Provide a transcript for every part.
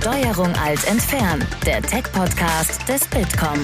Steuerung Alt entfernen, der Tech-Podcast des Bitkom.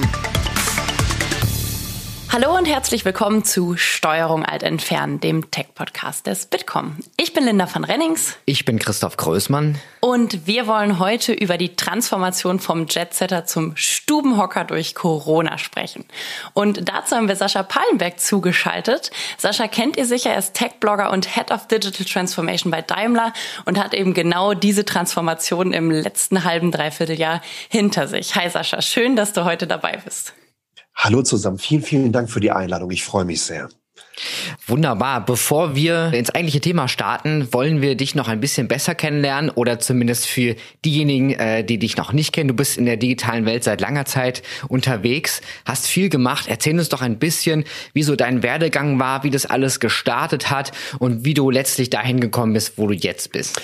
Hallo und herzlich willkommen zu Steuerung Alt entfernen, dem Tech-Podcast des Bitkom. Ich bin Linda van Rennings. Ich bin Christoph Größmann. Und wir wollen heute über die Transformation vom Jetsetter zum Stubenhocker durch Corona sprechen. Und dazu haben wir Sascha Pallenberg zugeschaltet. Sascha kennt ihr sicher, er ist Tech-Blogger und Head of Digital Transformation bei Daimler und hat eben genau diese Transformation im letzten halben, dreiviertel Jahr hinter sich. Hi Sascha, schön, dass du heute dabei bist. Hallo zusammen, vielen, vielen Dank für die Einladung. Ich freue mich sehr. Wunderbar. Bevor wir ins eigentliche Thema starten, wollen wir dich noch ein bisschen besser kennenlernen oder zumindest für diejenigen, die dich noch nicht kennen. Du bist in der digitalen Welt seit langer Zeit unterwegs, hast viel gemacht. Erzähl uns doch ein bisschen, wie so dein Werdegang war, wie das alles gestartet hat und wie du letztlich dahin gekommen bist, wo du jetzt bist.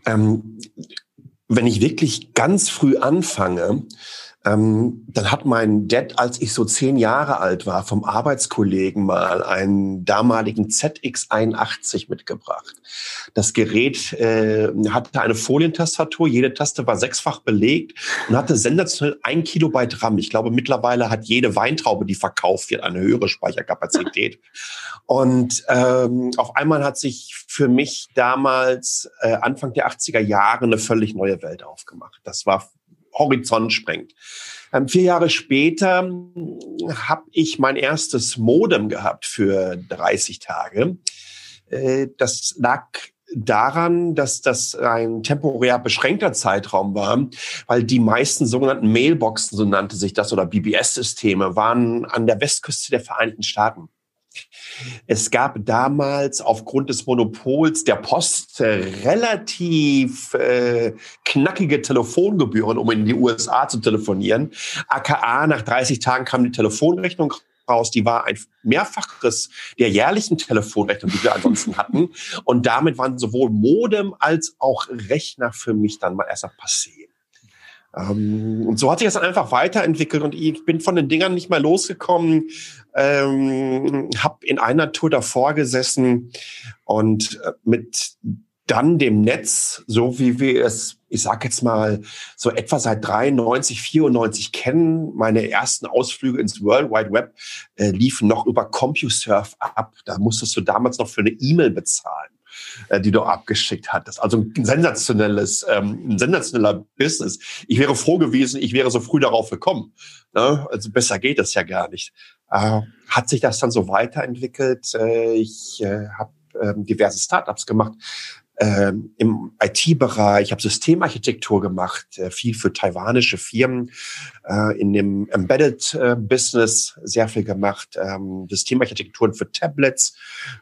Wenn ich wirklich ganz früh anfange, dann hat mein Dad, als ich so 10 Jahre alt war, vom Arbeitskollegen mal einen damaligen ZX81 mitgebracht. Das Gerät hatte eine Folientastatur, jede Taste war 6-fach belegt und hatte sensationell 1 Kilobyte RAM. Ich glaube, mittlerweile hat jede Weintraube, die verkauft wird, eine höhere Speicherkapazität. Und auf einmal hat sich für mich damals Anfang der 80er Jahre eine völlig neue Welt aufgemacht. Das war Horizont sprengt. 4 Jahre später habe ich mein erstes Modem gehabt für 30 Tage. Das lag daran, dass das ein temporär beschränkter Zeitraum war, weil die meisten sogenannten Mailboxen, so nannte sich das, oder BBS-Systeme, waren an der Westküste der Vereinigten Staaten. Es gab damals aufgrund des Monopols der Post relativ knackige Telefongebühren, um in die USA zu telefonieren. AKA, nach 30 Tagen kam die Telefonrechnung raus. Die war ein Mehrfaches der jährlichen Telefonrechnung, die wir ansonsten hatten. Und damit waren sowohl Modem als auch Rechner für mich dann mal erst mal passé. Und so hat sich das dann einfach weiterentwickelt und ich bin von den Dingern nicht mehr losgekommen, habe in einer Tour davor gesessen und mit dann dem Netz, so wie wir es, ich sag jetzt mal, so etwa seit 93, 94 kennen, meine ersten Ausflüge ins World Wide Web liefen noch über CompuServe ab. Da musstest du damals noch für eine E-Mail bezahlen, die du abgeschickt hattest. Also ein sensationeller Business. Ich wäre froh gewesen, ich wäre so früh darauf gekommen. Ne? Also besser geht es ja gar nicht. Hat sich das dann so weiterentwickelt? Ich habe diverse Startups gemacht. Im IT-Bereich, ich habe Systemarchitektur gemacht, viel für taiwanische Firmen, in dem Embedded-Business sehr viel gemacht, Systemarchitekturen für Tablets,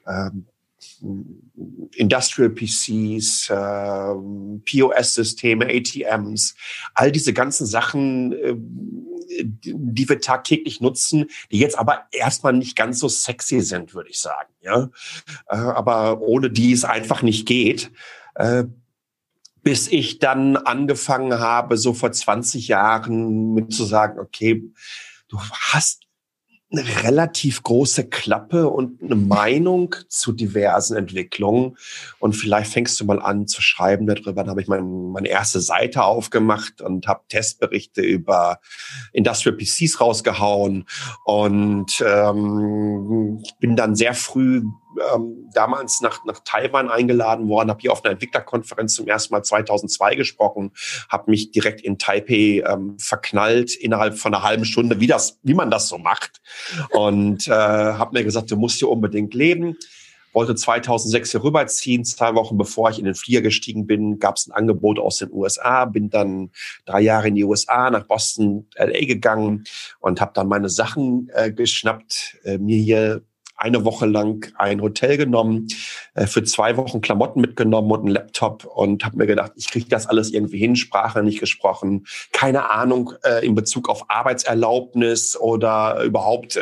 Industrial PCs, POS-Systeme, ATMs, all diese ganzen Sachen, die wir tagtäglich nutzen, die jetzt aber erstmal nicht ganz so sexy sind, würde ich sagen. Ja, aber ohne die es einfach nicht geht. Bis ich dann angefangen habe, so vor 20 Jahren mit zu sagen, okay, du hast eine relativ große Klappe und eine Meinung zu diversen Entwicklungen. Und vielleicht fängst du mal an zu schreiben darüber. Dann habe ich meine erste Seite aufgemacht und habe Testberichte über Industrial PCs rausgehauen. Und bin dann sehr früh damals nach Taiwan eingeladen worden, habe hier auf einer Entwicklerkonferenz zum ersten Mal 2002 gesprochen, habe mich direkt in Taipei verknallt innerhalb von einer halben Stunde, wie man das so macht. Und habe mir gesagt, du musst hier unbedingt leben. Wollte 2006 hier rüberziehen. 2 Wochen bevor ich in den Flieger gestiegen bin, gab es ein Angebot aus den USA. Bin dann 3 Jahre in die USA, nach Boston, LA gegangen und habe dann meine Sachen geschnappt, mir hier eine Woche lang ein Hotel genommen, für 2 Wochen Klamotten mitgenommen und einen Laptop und habe mir gedacht, ich kriege das alles irgendwie hin, Sprache nicht gesprochen, keine Ahnung in Bezug auf Arbeitserlaubnis oder überhaupt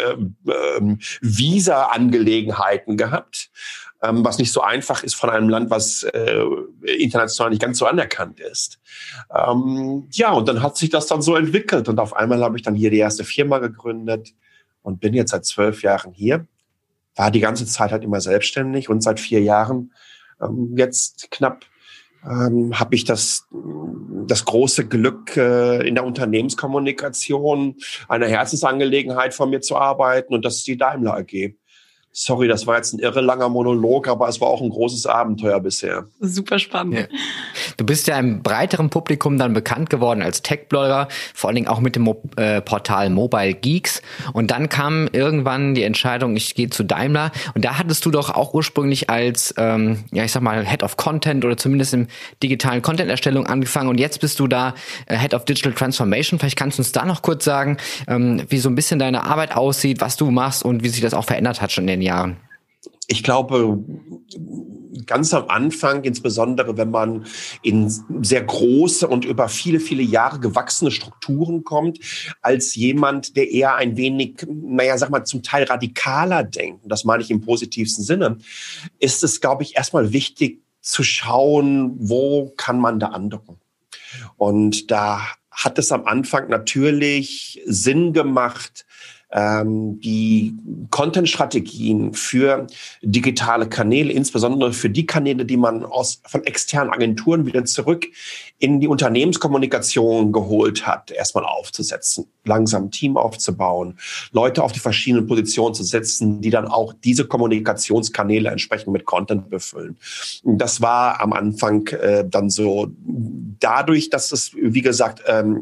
Visa-Angelegenheiten gehabt, was nicht so einfach ist von einem Land, was international nicht ganz so anerkannt ist. Ja, und dann hat sich das dann so entwickelt und auf einmal habe ich dann hier die erste Firma gegründet und bin jetzt seit 12 Jahren hier. War die ganze Zeit halt immer selbstständig und seit 4 Jahren jetzt knapp habe ich das große Glück, in der Unternehmenskommunikation eine Herzensangelegenheit von mir zu arbeiten, und das ist die Daimler AG. Sorry, das war jetzt ein irre langer Monolog, aber es war auch ein großes Abenteuer bisher. Super spannend. Ja. Du bist ja im breiteren Publikum dann bekannt geworden als Tech-Blogger, vor allen Dingen auch mit dem Portal Mobile Geeks. Und dann kam irgendwann die Entscheidung, ich gehe zu Daimler. Und da hattest du doch auch ursprünglich als, Head of Content oder zumindest im digitalen Content-Erstellung angefangen. Und jetzt bist du da Head of Digital Transformation. Vielleicht kannst du uns da noch kurz sagen, wie so ein bisschen deine Arbeit aussieht, was du machst und wie sich das auch verändert hat schon in den Jahren. Ich glaube, ganz am Anfang, insbesondere wenn man in sehr große und über viele, viele Jahre gewachsene Strukturen kommt, als jemand, der eher ein wenig, zum Teil radikaler denkt, und das meine ich im positivsten Sinne, ist es, glaube ich, erstmal wichtig zu schauen, wo kann man da andocken. Und da hat es am Anfang natürlich Sinn gemacht, die Content-Strategien für digitale Kanäle, insbesondere für die Kanäle, die man von externen Agenturen wieder zurück in die Unternehmenskommunikation geholt hat, erstmal aufzusetzen, langsam ein Team aufzubauen, Leute auf die verschiedenen Positionen zu setzen, die dann auch diese Kommunikationskanäle entsprechend mit Content befüllen. Das war am Anfang dann so, dadurch, dass es, wie gesagt,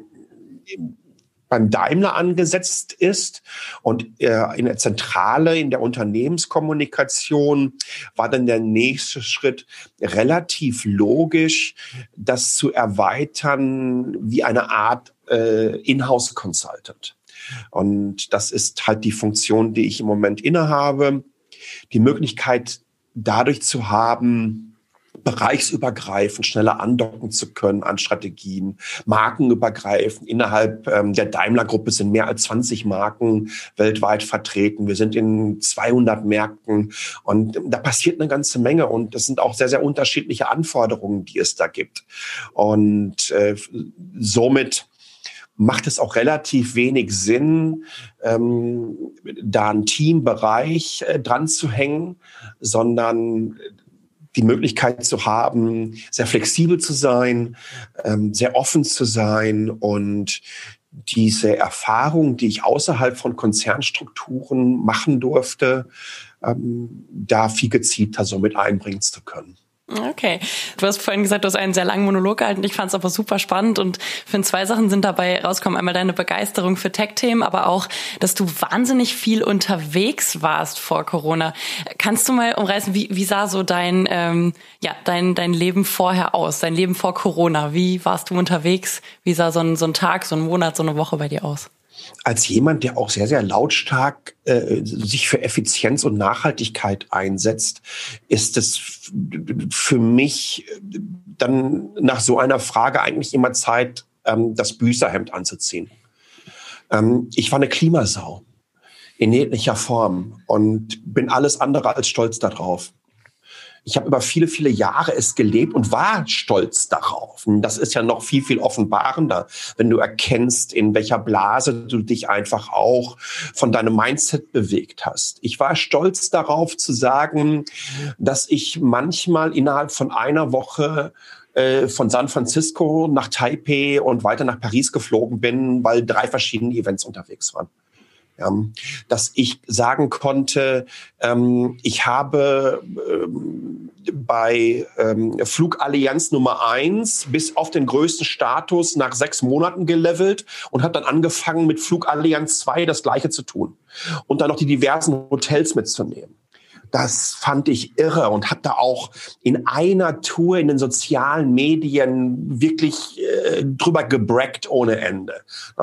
beim Daimler angesetzt ist und in der Zentrale in der Unternehmenskommunikation war dann der nächste Schritt relativ logisch, das zu erweitern wie eine Art Inhouse Consultant. Und das ist halt die Funktion, die ich im Moment innehabe, die Möglichkeit dadurch zu haben, bereichsübergreifend schneller andocken zu können an Strategien, markenübergreifend. Innerhalb der Daimler-Gruppe sind mehr als 20 Marken weltweit vertreten. Wir sind in 200 Märkten und da passiert eine ganze Menge und das sind auch sehr, sehr unterschiedliche Anforderungen, die es da gibt. Und somit macht es auch relativ wenig Sinn, da einen Teambereich dran zu hängen, sondern die Möglichkeit zu haben, sehr flexibel zu sein, sehr offen zu sein und diese Erfahrung, die ich außerhalb von Konzernstrukturen machen durfte, da viel gezielter so mit einbringen zu können. Okay. Du hast vorhin gesagt, du hast einen sehr langen Monolog gehalten. Ich fand es aber super spannend und finde, zwei Sachen sind dabei rausgekommen. Einmal deine Begeisterung für Tech-Themen, aber auch, dass du wahnsinnig viel unterwegs warst vor Corona. Kannst du mal umreißen, wie sah so dein Leben vorher aus, dein Leben vor Corona? Wie warst du unterwegs? Wie sah so ein Tag, so ein Monat, so eine Woche bei dir aus? Als jemand, der auch sehr, sehr lautstark sich für Effizienz und Nachhaltigkeit einsetzt, ist es für mich dann nach so einer Frage eigentlich immer Zeit, das Büßerhemd anzuziehen. Ich war eine Klimasau in jeglicher Form und bin alles andere als stolz darauf. Ich habe über viele, viele Jahre es gelebt und war stolz darauf. Und das ist ja noch viel, viel offenbarender, wenn du erkennst, in welcher Blase du dich einfach auch von deinem Mindset bewegt hast. Ich war stolz darauf zu sagen, dass ich manchmal innerhalb von einer Woche von San Francisco nach Taipei und weiter nach Paris geflogen bin, weil 3 verschiedene Events unterwegs waren. Ja, dass ich sagen konnte, ich habe bei Flugallianz Nummer 1 bis auf den größten Status nach 6 Monaten gelevelt und habe dann angefangen mit Flugallianz 2 das Gleiche zu tun und dann noch die diversen Hotels mitzunehmen. Das fand ich irre und habe da auch in einer Tour in den sozialen Medien wirklich drüber gebraggt ohne Ende.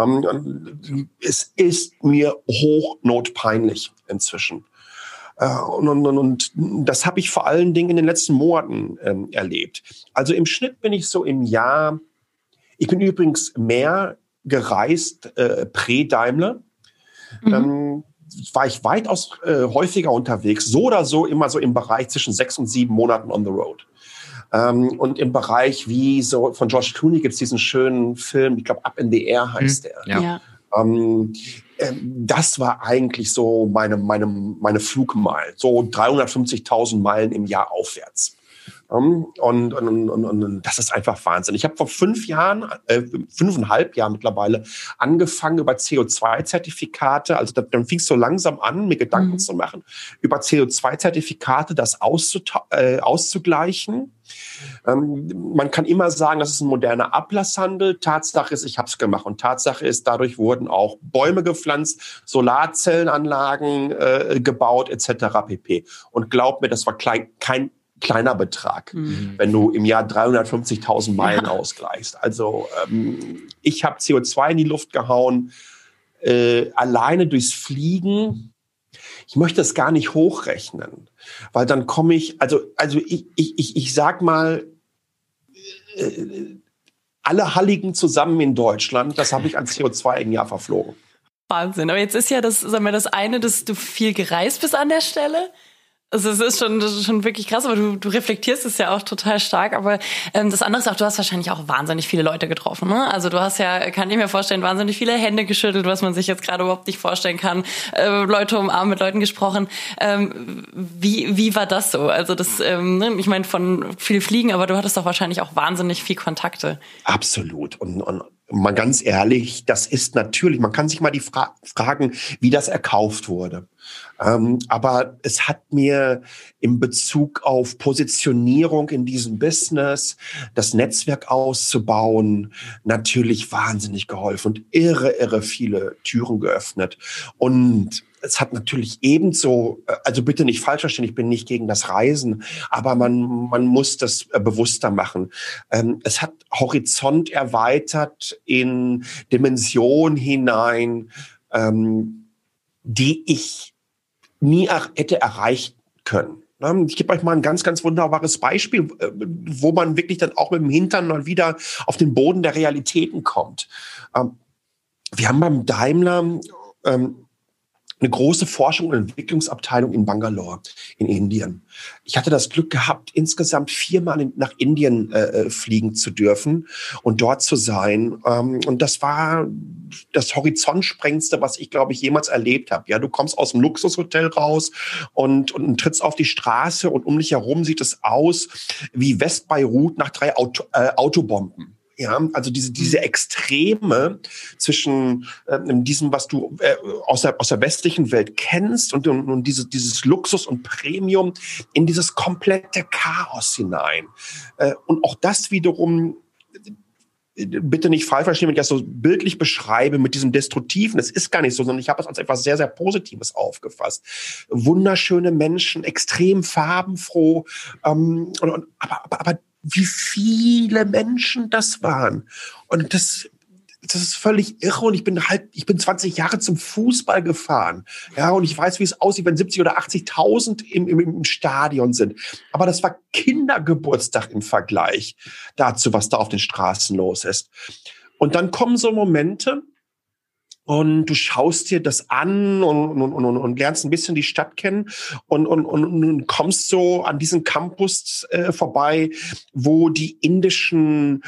Es ist mir hochnotpeinlich inzwischen. Und das habe ich vor allen Dingen in den letzten Monaten erlebt. Also im Schnitt bin ich so im Jahr, ich bin übrigens mehr gereist prä-Daimler, war ich weitaus häufiger unterwegs, so oder so immer so im Bereich zwischen 6 und 7 Monaten on the road. Und im Bereich wie so von George Clooney gibt es diesen schönen Film, ich glaube Up in the Air heißt der. Ja. Das war eigentlich so meine Flugmeilen, so 350.000 Meilen im Jahr aufwärts. Und das ist einfach Wahnsinn. Ich habe vor 5,5 Jahren mittlerweile angefangen, über CO2-Zertifikate, also dann fing es so langsam an, mir Gedanken zu machen, über CO2-Zertifikate das auszugleichen. Man kann immer sagen, das ist ein moderner Ablasshandel. Tatsache ist, ich habe es gemacht. Und Tatsache ist, dadurch wurden auch Bäume gepflanzt, Solarzellenanlagen gebaut etc. pp. Und glaub mir, das war kein kleiner Betrag, wenn du im Jahr 350.000 Meilen ausgleichst. Also ich habe CO2 in die Luft gehauen, alleine durchs Fliegen. Ich möchte es gar nicht hochrechnen, weil dann komme ich, ich sag mal, alle Halligen zusammen in Deutschland, das habe ich an CO2 im Jahr verflogen. Wahnsinn. Aber jetzt ist ja das eine, dass du viel gereist bist an der Stelle. Also das ist schon wirklich krass, aber du reflektierst es ja auch total stark. Aber das andere ist auch, du hast wahrscheinlich auch wahnsinnig viele Leute getroffen, ne? Also du hast ja, kann ich mir vorstellen, wahnsinnig viele Hände geschüttelt, was man sich jetzt gerade überhaupt nicht vorstellen kann. Leute umarmt, mit Leuten gesprochen. Wie war das so? Also das, ich meine, von viel Fliegen, aber du hattest doch wahrscheinlich auch wahnsinnig viel Kontakte. Absolut. Und mal ganz ehrlich, das ist natürlich, man kann sich mal die fragen, wie das erkauft wurde. Aber es hat mir in Bezug auf Positionierung in diesem Business, das Netzwerk auszubauen, natürlich wahnsinnig geholfen und irre viele Türen geöffnet. Und es hat natürlich ebenso, also bitte nicht falsch verstehen, ich bin nicht gegen das Reisen, aber man muss das bewusster machen. Es hat Horizont erweitert in Dimensionen hinein, die ich nie hätte erreichen können. Ich gebe euch mal ein ganz wunderbares Beispiel, wo man wirklich dann auch mit dem Hintern mal wieder auf den Boden der Realitäten kommt. Wir haben beim Daimler eine große Forschung- und Entwicklungsabteilung in Bangalore in Indien. Ich hatte das Glück gehabt, insgesamt 4-mal nach Indien fliegen zu dürfen und dort zu sein. Und das war das Horizontsprengendste, was ich, glaube ich, jemals erlebt habe. Ja, du kommst aus dem Luxushotel raus und trittst auf die Straße und um dich herum sieht es aus wie West-Beirut nach 3 Autobomben. Ja, also diese Extreme zwischen diesem, was du aus der westlichen Welt kennst und dieses Luxus und Premium in dieses komplette Chaos hinein. Und auch das wiederum, bitte nicht falsch verstehen, wenn ich das so bildlich beschreibe mit diesem Destruktiven. Das ist gar nicht so, sondern ich habe es als etwas sehr, sehr Positives aufgefasst. Wunderschöne Menschen, extrem farbenfroh, aber wie viele Menschen das waren. Und das ist völlig irre. Und ich bin 20 Jahre zum Fußball gefahren. Ja, und ich weiß, wie es aussieht, wenn 70 oder 80.000 im Stadion sind. Aber das war Kindergeburtstag im Vergleich dazu, was da auf den Straßen los ist. Und dann kommen so Momente, und du schaust dir das an und lernst ein bisschen die Stadt kennen und kommst so an diesen Campus vorbei, wo die indischen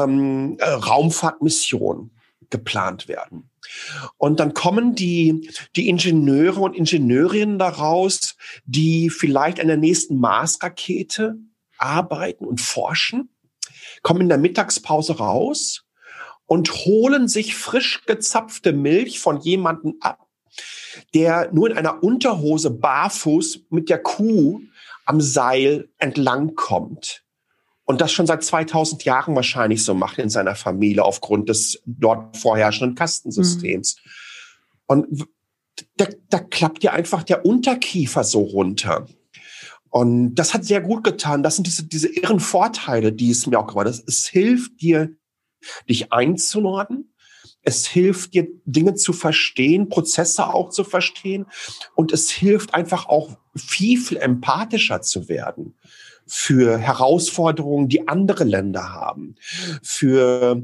Raumfahrtmissionen geplant werden. Und dann kommen die Ingenieure und Ingenieurinnen daraus, die vielleicht an der nächsten Mars-Rakete arbeiten und forschen, kommen in der Mittagspause raus und holen sich frisch gezapfte Milch von jemandem ab, der nur in einer Unterhose barfuß mit der Kuh am Seil entlang kommt. Und das schon seit 2000 Jahren wahrscheinlich so macht in seiner Familie aufgrund des dort vorherrschenden Kastensystems. Und da klappt dir einfach der Unterkiefer so runter. Und das hat sehr gut getan. Das sind diese irren Vorteile, die es mir auch gemacht hat. Es hilft dir, dich einzunorden. Es hilft dir, Dinge zu verstehen, Prozesse auch zu verstehen. Und es hilft einfach auch viel empathischer zu werden für Herausforderungen, die andere Länder haben, für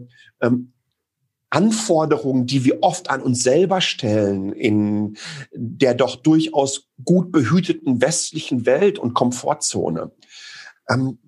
Anforderungen, die wir oft an uns selber stellen in der doch durchaus gut behüteten westlichen Welt und Komfortzone.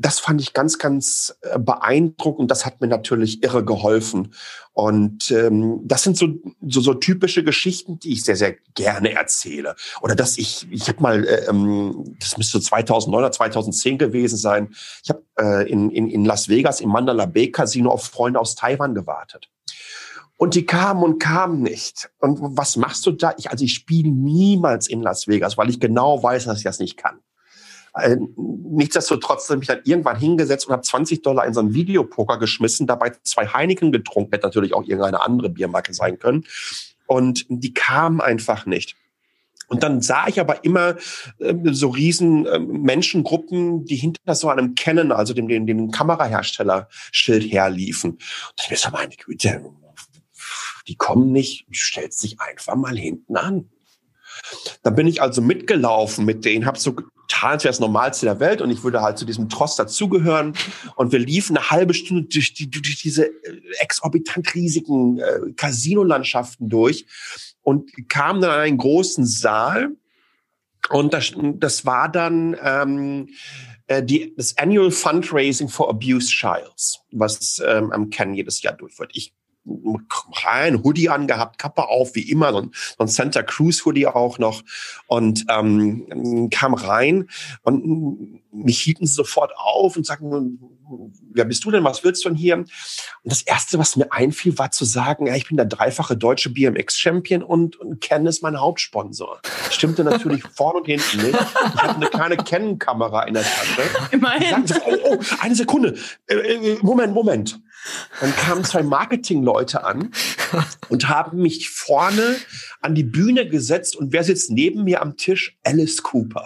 das fand ich ganz, ganz beeindruckend. Das hat mir natürlich irre geholfen. Und das sind so typische Geschichten, die ich sehr, sehr gerne erzähle. Oder dass ich habe mal, das müsste 2009 oder 2010 gewesen sein, ich habe in Las Vegas im Mandalay Bay Casino auf Freunde aus Taiwan gewartet. Und die kamen und kamen nicht. Und was machst du da? Ich spiele niemals in Las Vegas, weil ich genau weiß, dass ich das nicht kann. Nichtsdestotrotz habe ich mich dann irgendwann hingesetzt und habe $20 in so einen Videopoker geschmissen, dabei 2 Heineken getrunken, hätte natürlich auch irgendeine andere Biermarke sein können. Und die kamen einfach nicht. Und dann sah ich aber immer so riesen Menschengruppen, die hinter so einem Canon, also dem Kameraherstellerschild herliefen. Und ich dachte, meine Güte, die kommen nicht, stellt sich einfach mal hinten an. Dann bin ich also mitgelaufen mit denen, habe so getan, als wäre das Normalste der Welt und ich würde halt zu diesem Tross dazugehören. Und wir liefen eine halbe Stunde durch diese exorbitant riesigen Casino-Landschaften durch und kamen dann an einen großen Saal. Und das war dann das Annual Fundraising for Abused Childs, was am Cannes jedes Jahr durchführt. Ich rein, Hoodie angehabt, Kappe auf, wie immer, so ein Santa Cruz Hoodie auch noch und kam rein und mich hielten sie sofort auf und sagten, wer bist du denn, was willst du denn hier? Und das Erste, was mir einfiel, war zu sagen, ja, ich bin der 3-fache deutsche BMX-Champion und Canon ist mein Hauptsponsor. Stimmte natürlich vorne und hinten nicht. Ich hatte eine kleine Canon-Kamera in der Tasche. Immerhin. Sie, oh, eine Sekunde. Moment. Dann kamen 2 Marketingleute an und haben mich vorne an die Bühne gesetzt und wer sitzt neben mir am Tisch? Alice Cooper.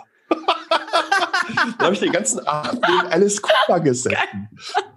Da habe ich den ganzen Abend neben Alice Cooper gesessen.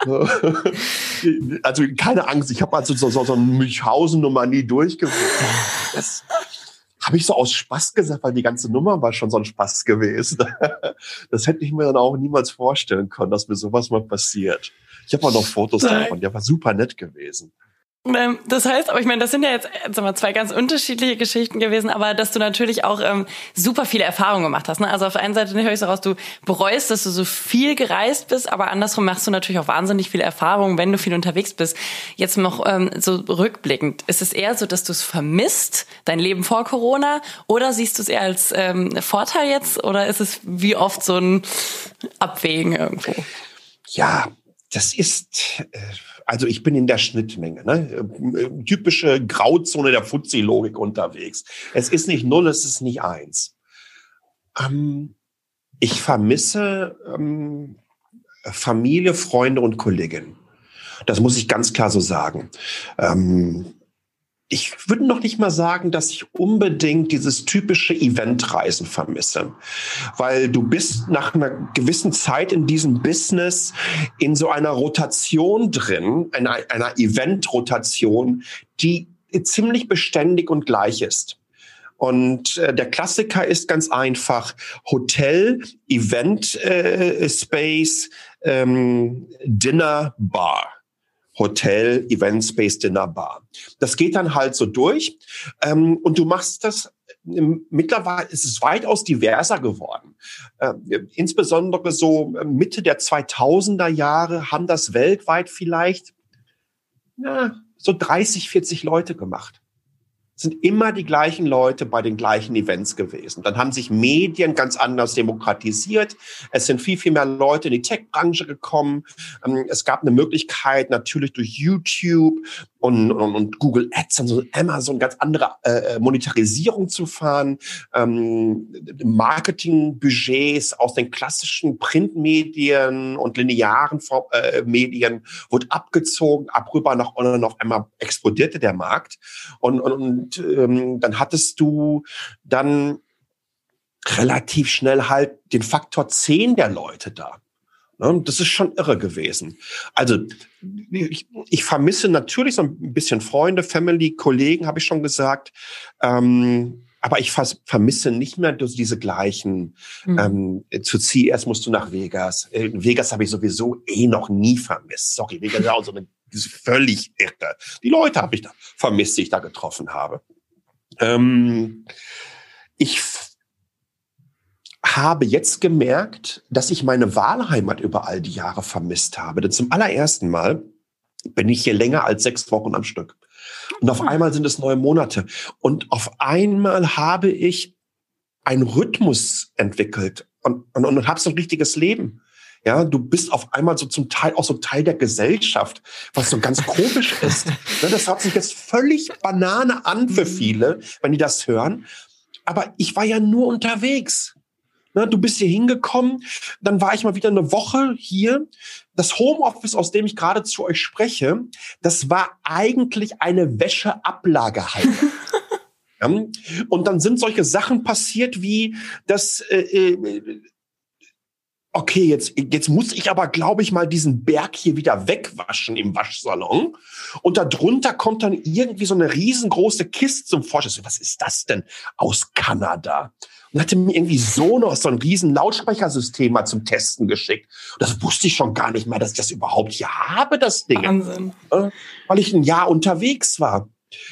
Also keine Angst, ich habe also so eine Münchhausen-Nummer nie durchgeführt. Das habe ich so aus Spaß gesagt, weil die ganze Nummer war schon so ein Spaß gewesen. Das hätte ich mir dann auch niemals vorstellen können, dass mir sowas mal passiert. Ich habe auch noch Fotos davon, der war super nett gewesen. Das heißt, aber ich meine, das sind ja jetzt 2 ganz unterschiedliche Geschichten gewesen, aber dass du natürlich auch super viele Erfahrungen gemacht hast. Ne? Also auf der einen Seite höre ich so raus, du bereust, dass du so viel gereist bist, aber andersrum machst du natürlich auch wahnsinnig viele Erfahrungen, wenn du viel unterwegs bist. Jetzt noch so rückblickend, ist es eher so, dass du es vermisst, dein Leben vor Corona, oder siehst du es eher als Vorteil jetzt, oder ist es wie oft so ein Abwägen irgendwo? Ja, das ist... Also ich bin in der Schnittmenge, ne? Typische Grauzone der Fuzzi-Logik unterwegs. Es ist nicht 0, es ist nicht 1. Ich vermisse Familie, Freunde und Kolleginnen. Das muss ich ganz klar so sagen. Ich würde noch nicht mal sagen, dass ich unbedingt dieses typische Eventreisen vermisse, weil du bist nach einer gewissen Zeit in diesem Business in so einer Rotation drin, einer Event-Rotation, die ziemlich beständig und gleich ist. Und der Klassiker ist ganz einfach Hotel, Event Space, Dinner, Bar. Hotel, Event Space, Dinner, Bar. Das geht dann halt so durch. Und du machst das, mittlerweile ist es weitaus diverser geworden. Insbesondere so Mitte der 2000er Jahre haben das weltweit vielleicht so 30, 40 Leute gemacht. Es sind immer die gleichen Leute bei den gleichen Events gewesen. Dann haben sich Medien ganz anders demokratisiert. Es sind viel, viel mehr Leute in die Tech-Branche gekommen. Es gab eine Möglichkeit, natürlich durch YouTube und Google Ads, also Amazon, ganz andere Monetarisierung zu fahren. Marketingbudgets aus den klassischen Printmedien und linearen Medien wurde abgezogen, abrüber noch einmal explodierte der Markt. Und dann hattest du dann relativ schnell halt den Faktor 10 der Leute da. Das ist schon irre gewesen. Also ich vermisse natürlich so ein bisschen Freunde, Family, Kollegen, habe ich schon gesagt. Aber ich vermisse nicht mehr diese gleichen. Zu CES musst du nach Vegas. Vegas habe ich sowieso noch nie vermisst. Sorry, Vegas ist auch so eine völlig irre. Die Leute habe ich da vermisst, die ich da getroffen habe. Ich habe jetzt gemerkt, dass ich meine Wahlheimat über all die Jahre vermisst habe. Denn zum allerersten Mal bin ich hier länger als 6 Wochen am Stück. Und auf einmal sind es 9 Monate. Und auf einmal habe ich einen Rhythmus entwickelt und habe so ein richtiges Leben. Ja, du bist auf einmal so zum Teil auch so Teil der Gesellschaft, was so ganz komisch ist. Das hört sich jetzt völlig Banane an für viele, wenn die das hören. Aber ich war ja nur unterwegs. Du bist hier hingekommen, dann war ich mal wieder eine Woche hier. Das Homeoffice, aus dem ich gerade zu euch spreche, das war eigentlich eine Wäscheablagehalle. Ja? Und dann sind solche Sachen passiert wie, dass okay, jetzt muss ich aber, glaube ich, mal diesen Berg hier wieder wegwaschen im Waschsalon. Und darunter kommt dann irgendwie so eine riesengroße Kiste zum Vorschein. Was ist das denn? Aus Kanada. Und hatte mir irgendwie so ein riesen Lautsprechersystem mal zum Testen geschickt. Und das wusste ich schon gar nicht mal, dass ich das überhaupt hier habe, das Ding. Wahnsinn. Weil ich ein Jahr unterwegs war.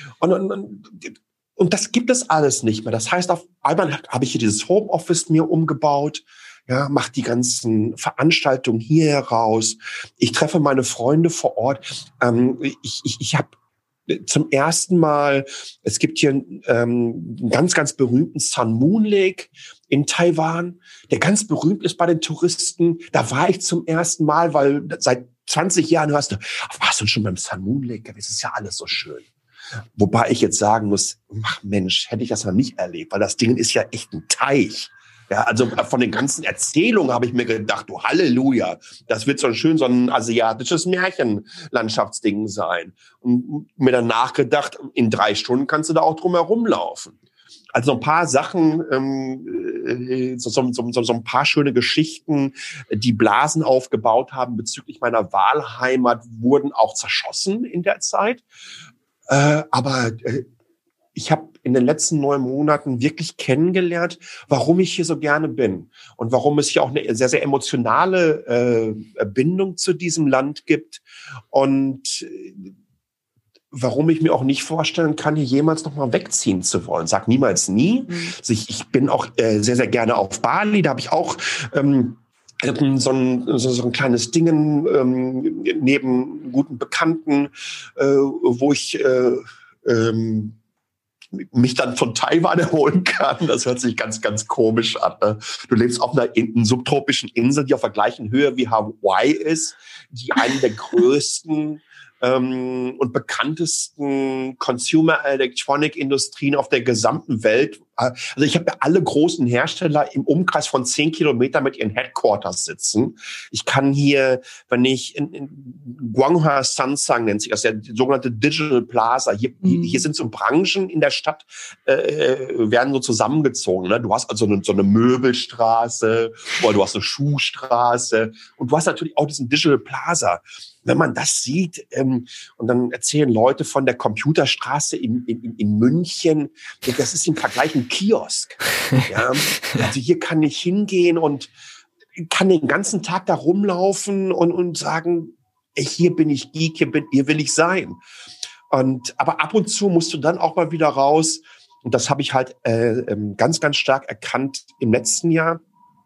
Und das gibt es alles nicht mehr. Das heißt, auf einmal habe ich hier dieses Homeoffice mir umgebaut. Ja, mach die ganzen Veranstaltungen hier heraus. Ich treffe meine Freunde vor Ort. Ich habe zum ersten Mal, es gibt hier einen ganz, ganz berühmten Sun Moon Lake in Taiwan, der ganz berühmt ist bei den Touristen. Da war ich zum ersten Mal, weil seit 20 Jahren hörst du, warst du schon beim Sun Moon Lake? Das ist ja alles so schön. Wobei ich jetzt sagen muss, ach Mensch, hätte ich das noch nicht erlebt, weil das Ding ist ja echt ein Teich. Ja, also von den ganzen Erzählungen habe ich mir gedacht, du Halleluja, das wird so ein asiatisches Märchenlandschaftsding sein. Und mir dann nachgedacht, in 3 Stunden kannst du da auch drum herum laufen. Also ein paar Sachen, so ein paar schöne Geschichten, die Blasen aufgebaut haben bezüglich meiner Wahlheimat, wurden auch zerschossen in der Zeit. Aber ich habe in den letzten 9 Monaten wirklich kennengelernt, warum ich hier so gerne bin und warum es hier auch eine sehr, sehr emotionale Bindung zu diesem Land gibt und warum ich mir auch nicht vorstellen kann, hier jemals noch mal wegziehen zu wollen. Sag niemals nie. Also ich bin auch sehr, sehr gerne auf Bali. Da habe ich auch so ein kleines Ding neben guten Bekannten, wo ich mich dann von Taiwan erholen kann. Das hört sich ganz, ganz komisch an. Ne? Du lebst auf einer subtropischen Insel, die auf der gleichen Höhe wie Hawaii ist, die eine der größten und bekanntesten Consumer Electronic Industrien auf der gesamten Welt. Also ich habe ja alle großen Hersteller im Umkreis von 10 Kilometern mit ihren Headquarters sitzen. Ich kann hier, wenn ich in Guanghua Sansang nennt sich das, der sogenannte Digital Plaza, hier sind so Branchen in der Stadt, werden so zusammengezogen. Ne? Du hast also so eine Möbelstraße oder du hast eine Schuhstraße und du hast natürlich auch diesen Digital Plaza. Wenn man das sieht, und dann erzählen Leute von der Computerstraße in München, das ist im Vergleich ein Kiosk. Ja? Also hier kann ich hingehen und kann den ganzen Tag da rumlaufen und sagen, ey, hier bin ich Geek, hier will ich sein. Aber ab und zu musst du dann auch mal wieder raus. Und das habe ich halt ganz, ganz stark erkannt im letzten Jahr,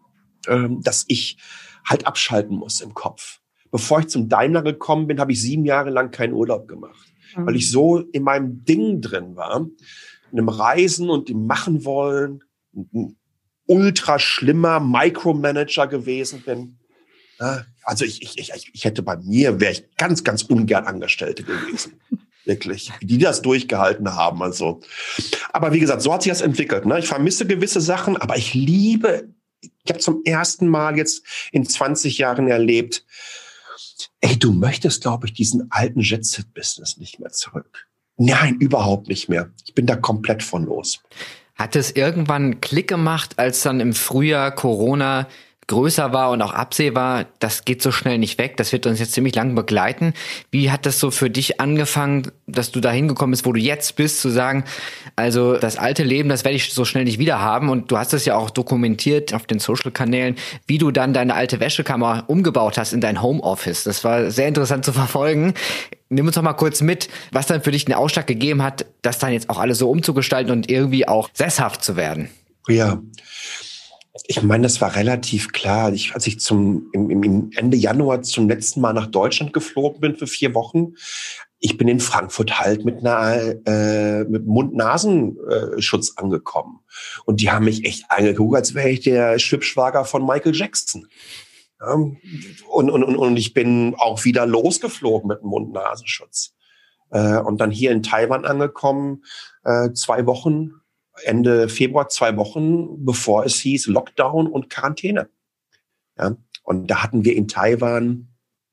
dass ich halt abschalten muss im Kopf. Bevor ich zum Daimler gekommen bin, habe ich 7 Jahre lang keinen Urlaub gemacht, weil ich so in meinem Ding drin war, in einem Reisen und im Machen wollen, ein ultra schlimmer Micromanager gewesen bin. Also ich hätte wäre ich ganz, ganz ungern Angestellte gewesen. Wirklich. Wie die das durchgehalten haben, also. Aber wie gesagt, so hat sich das entwickelt, ne? Ich vermisse gewisse Sachen, aber ich habe zum ersten Mal jetzt in 20 Jahren erlebt, ey, du möchtest, glaube ich, diesen alten Jet-Set-Business nicht mehr zurück. Nein, überhaupt nicht mehr. Ich bin da komplett von los. Hat es irgendwann einen Klick gemacht, als dann im Frühjahr Corona größer war und auch absehbar, das geht so schnell nicht weg, das wird uns jetzt ziemlich lang begleiten. Wie hat das so für dich angefangen, dass du da hingekommen bist, wo du jetzt bist, zu sagen, also das alte Leben, das werde ich so schnell nicht wieder haben, und du hast es ja auch dokumentiert auf den Social-Kanälen, wie du dann deine alte Wäschekammer umgebaut hast in dein Homeoffice. Das war sehr interessant zu verfolgen. Nimm uns doch mal kurz mit, was dann für dich den Ausschlag gegeben hat, das dann jetzt auch alles so umzugestalten und irgendwie auch sesshaft zu werden. Ja. Ich meine, das war relativ klar. Als ich im Ende Januar zum letzten Mal nach Deutschland geflogen bin für 4 Wochen, ich bin in Frankfurt halt mit Mund-Nasen-Schutz angekommen. Und die haben mich echt angeguckt, als wäre ich der Schwippschwager von Michael Jackson. Ja, und ich bin auch wieder losgeflogen mit einem Mund-Nasen-Schutz. Und dann hier in Taiwan angekommen, 2 Wochen, Ende Februar, 2 Wochen, bevor es hieß Lockdown und Quarantäne. Ja, und da hatten wir in Taiwan,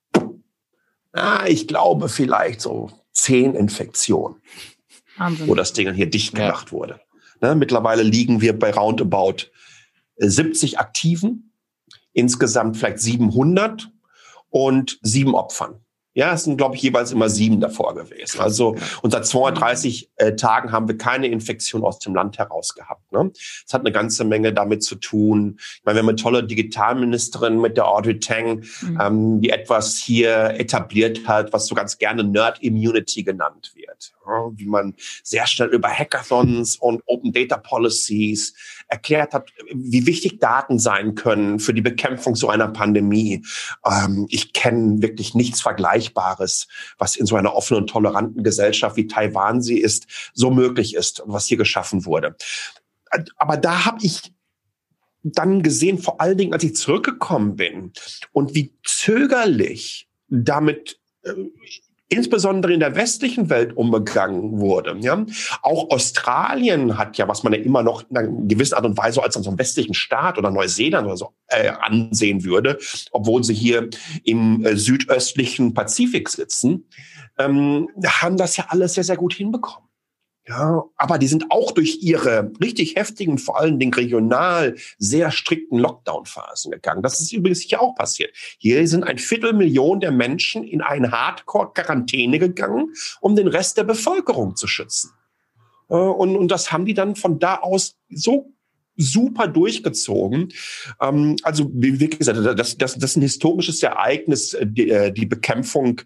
ich glaube vielleicht so 10 Infektionen, Wahnsinn. wo das Ding hier dicht gemacht wurde. Ne, mittlerweile liegen wir bei roundabout 70 Aktiven, insgesamt vielleicht 700 und 7 Opfern. Ja, es sind, glaube ich, jeweils immer 7 davor gewesen. Also, und seit 230 Tagen haben wir keine Infektion aus dem Land heraus gehabt. Ne? Es hat eine ganze Menge damit zu tun. Ich meine, wir haben eine tolle Digitalministerin mit der Audrey Tang, die etwas hier etabliert hat, was so ganz gerne Nerd Immunity genannt wird. Ja, wie man sehr schnell über Hackathons und Open Data Policies erklärt hat, wie wichtig Daten sein können für die Bekämpfung so einer Pandemie. Ich kenne wirklich nichts Vergleichbares, was in so einer offenen und toleranten Gesellschaft wie Taiwan sie ist, so möglich ist, was hier geschaffen wurde. Aber da habe ich dann gesehen, vor allen Dingen, als ich zurückgekommen bin und wie zögerlich damit insbesondere in der westlichen Welt umgegangen wurde. Ja? Auch Australien hat ja, was man ja immer noch in einer gewissen Art und Weise als so einen westlichen Staat oder Neuseeland oder so ansehen würde, obwohl sie hier im südöstlichen Pazifik sitzen, haben das ja alles sehr, sehr gut hinbekommen. Ja, aber die sind auch durch ihre richtig heftigen, vor allen Dingen regional sehr strikten Lockdown-Phasen gegangen. Das ist übrigens hier auch passiert. Hier sind 250.000 der Menschen in eine Hardcore-Quarantäne gegangen, um den Rest der Bevölkerung zu schützen. Und das haben die dann von da aus so super durchgezogen. Also wie gesagt, das ist ein historisches Ereignis, die Bekämpfung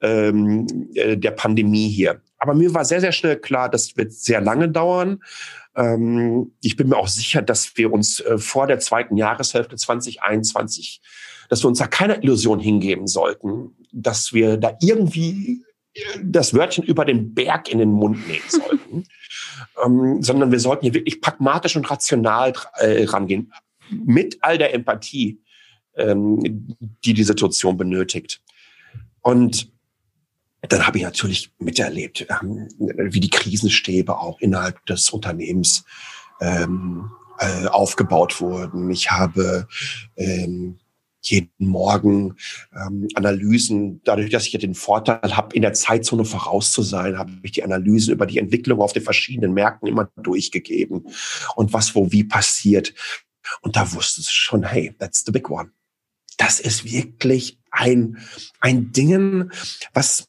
der Pandemie hier. Aber mir war sehr, sehr schnell klar, das wird sehr lange dauern. Ich bin mir auch sicher, dass wir uns vor der zweiten Jahreshälfte 2021, dass wir uns da keine Illusion hingeben sollten, dass wir da irgendwie das Wörtchen über den Berg in den Mund nehmen sollten. Sondern wir sollten hier wirklich pragmatisch und rational rangehen. Mit all der Empathie, die Situation benötigt. Und dann habe ich natürlich miterlebt, wie die Krisenstäbe auch innerhalb des Unternehmens aufgebaut wurden. Ich habe jeden Morgen Analysen, dadurch, dass ich ja den Vorteil habe, in der Zeitzone voraus zu sein, habe ich die Analysen über die Entwicklung auf den verschiedenen Märkten immer durchgegeben und was wo wie passiert. Und da wusste es schon, hey, that's the big one. Das ist wirklich ein Ding, was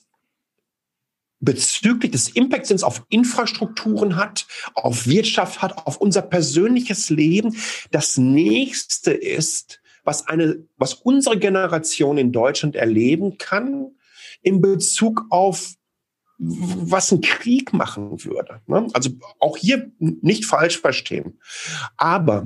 bezüglich des Impacts auf Infrastrukturen hat, auf Wirtschaft hat, auf unser persönliches Leben. Das nächste ist, was unsere Generation in Deutschland erleben kann, in Bezug auf was ein Krieg machen würde. Also auch hier nicht falsch verstehen. Aber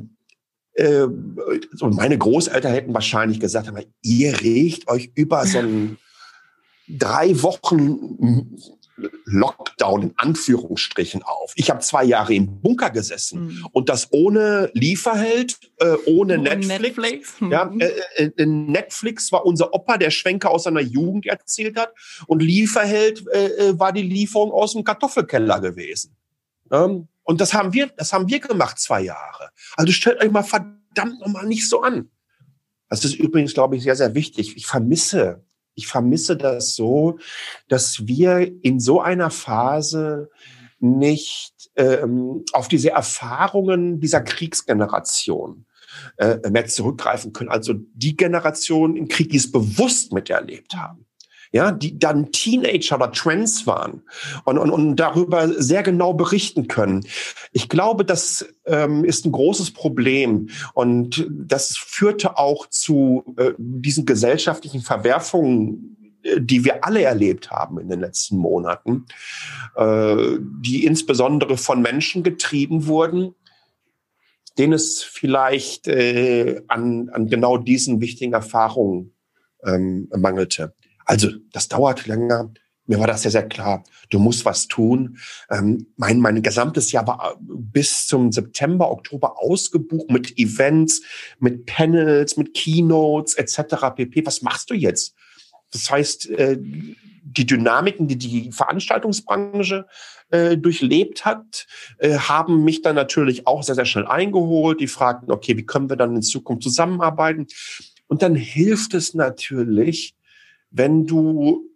meine Großeltern hätten wahrscheinlich gesagt, ihr regt euch über so einen 3 Wochen Lockdown in Anführungsstrichen auf. Ich habe 2 Jahre im Bunker gesessen und das ohne Lieferheld, ohne Netflix. Ja, Netflix war unser Opa, der Schwenker aus seiner Jugend erzählt hat, und Lieferheld war die Lieferung aus dem Kartoffelkeller gewesen. Und das haben wir gemacht 2 Jahre. Also stellt euch mal verdammt nochmal nicht so an. Das ist übrigens, glaube ich, sehr, sehr wichtig. Ich vermisse das so, dass wir in so einer Phase nicht auf diese Erfahrungen dieser Kriegsgeneration mehr zurückgreifen können. Also die Generation im Krieg, die es bewusst miterlebt haben. Ja, die dann Teenager oder Trans waren und darüber sehr genau berichten können. Ich glaube, das ist ein großes Problem, und das führte auch zu diesen gesellschaftlichen Verwerfungen, die wir alle erlebt haben in den letzten Monaten, die insbesondere von Menschen getrieben wurden, denen es vielleicht an genau diesen wichtigen Erfahrungen mangelte. Also das dauert länger. Mir war das sehr, sehr klar. Du musst was tun. Mein gesamtes Jahr war bis zum September, Oktober ausgebucht mit Events, mit Panels, mit Keynotes etc. pp. Was machst du jetzt? Das heißt, die Dynamiken, die die Veranstaltungsbranche durchlebt hat, haben mich dann natürlich auch sehr, sehr schnell eingeholt. Die fragten, okay, wie können wir dann in Zukunft zusammenarbeiten? Und dann hilft es natürlich, wenn du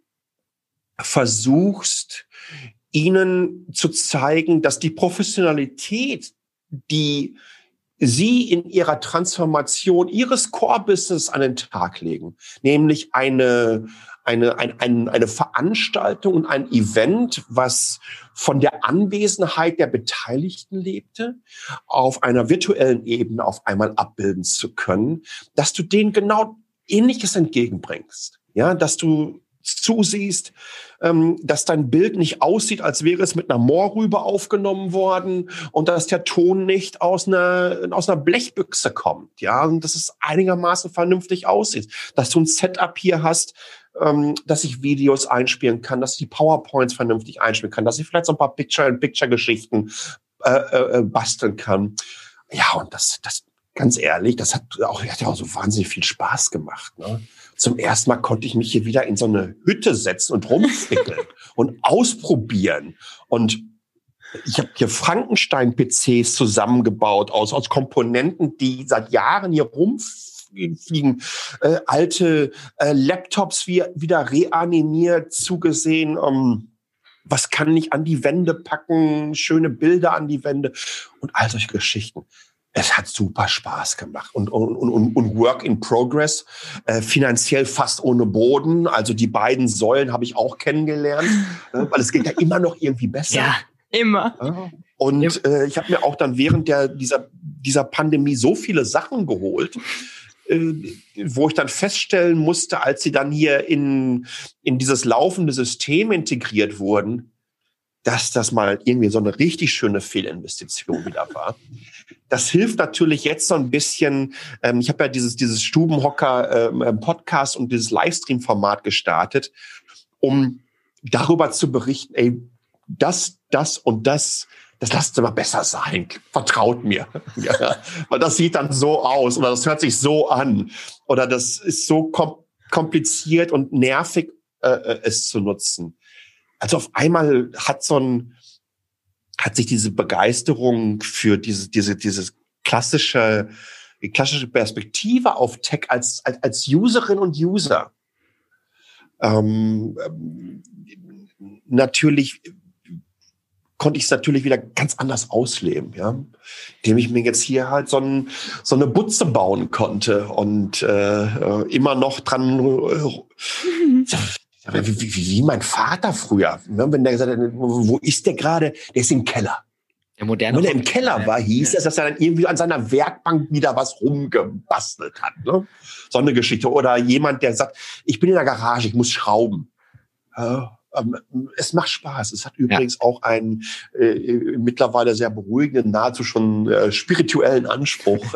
versuchst, ihnen zu zeigen, dass die Professionalität, die sie in ihrer Transformation ihres Core-Business an den Tag legen, nämlich eine Veranstaltung und ein Event, was von der Anwesenheit der Beteiligten lebte, auf einer virtuellen Ebene auf einmal abbilden zu können, dass du denen genau Ähnliches entgegenbringst. Ja, dass du zusiehst, dass dein Bild nicht aussieht, als wäre es mit einer Moorrübe aufgenommen worden und dass der Ton nicht aus einer Blechbüchse kommt, ja, und dass es einigermaßen vernünftig aussieht, dass du ein Setup hier hast, dass ich Videos einspielen kann, dass ich die PowerPoints vernünftig einspielen kann, dass ich vielleicht so ein paar Picture-in-Picture-Geschichten basteln kann. Ja, und das ganz ehrlich, hat ja auch so wahnsinnig viel Spaß gemacht, ne? Zum ersten Mal konnte ich mich hier wieder in so eine Hütte setzen und rumfrickeln und ausprobieren. Und ich habe hier Frankenstein-PCs zusammengebaut aus Komponenten, die seit Jahren hier rumfliegen. Alte Laptops wieder reanimiert, zugesehen. Was kann ich an die Wände packen? Schöne Bilder an die Wände und all solche Geschichten. Es hat super Spaß gemacht und Work in Progress, finanziell fast ohne Boden. Also die beiden Säulen habe ich auch kennengelernt, weil es geht ja immer noch irgendwie besser. Ja, immer. Ja. Und ich habe mir auch dann während dieser Pandemie so viele Sachen geholt, wo ich dann feststellen musste, als sie dann hier in dieses laufende System integriert wurden, dass das mal irgendwie so eine richtig schöne Fehlinvestition wieder war. Das hilft natürlich jetzt so ein bisschen. Ich habe ja dieses Stubenhocker-Podcast und dieses Livestream-Format gestartet, um darüber zu berichten, ey, das und das lasst ihr mal besser sein. Vertraut mir. Ja, weil das sieht dann so aus oder das hört sich so an oder das ist so kompliziert und nervig, es zu nutzen. Also auf einmal hat sich diese Begeisterung für diese klassische Perspektive auf Tech als Userin und User natürlich konnte ich es natürlich wieder ganz anders ausleben, ja, indem ich mir jetzt hier halt so eine Butze bauen konnte und immer noch dran wie mein Vater früher, wenn der gesagt hat, wo ist der gerade? Der ist im Keller. Wenn er im Keller war, hieß es, dass er dann irgendwie an seiner Werkbank wieder was rumgebastelt hat. Ne? So eine Geschichte. Oder jemand, der sagt, ich bin in der Garage, ich muss schrauben. Es macht Spaß. Es hat übrigens auch einen mittlerweile sehr beruhigenden, nahezu schon spirituellen Anspruch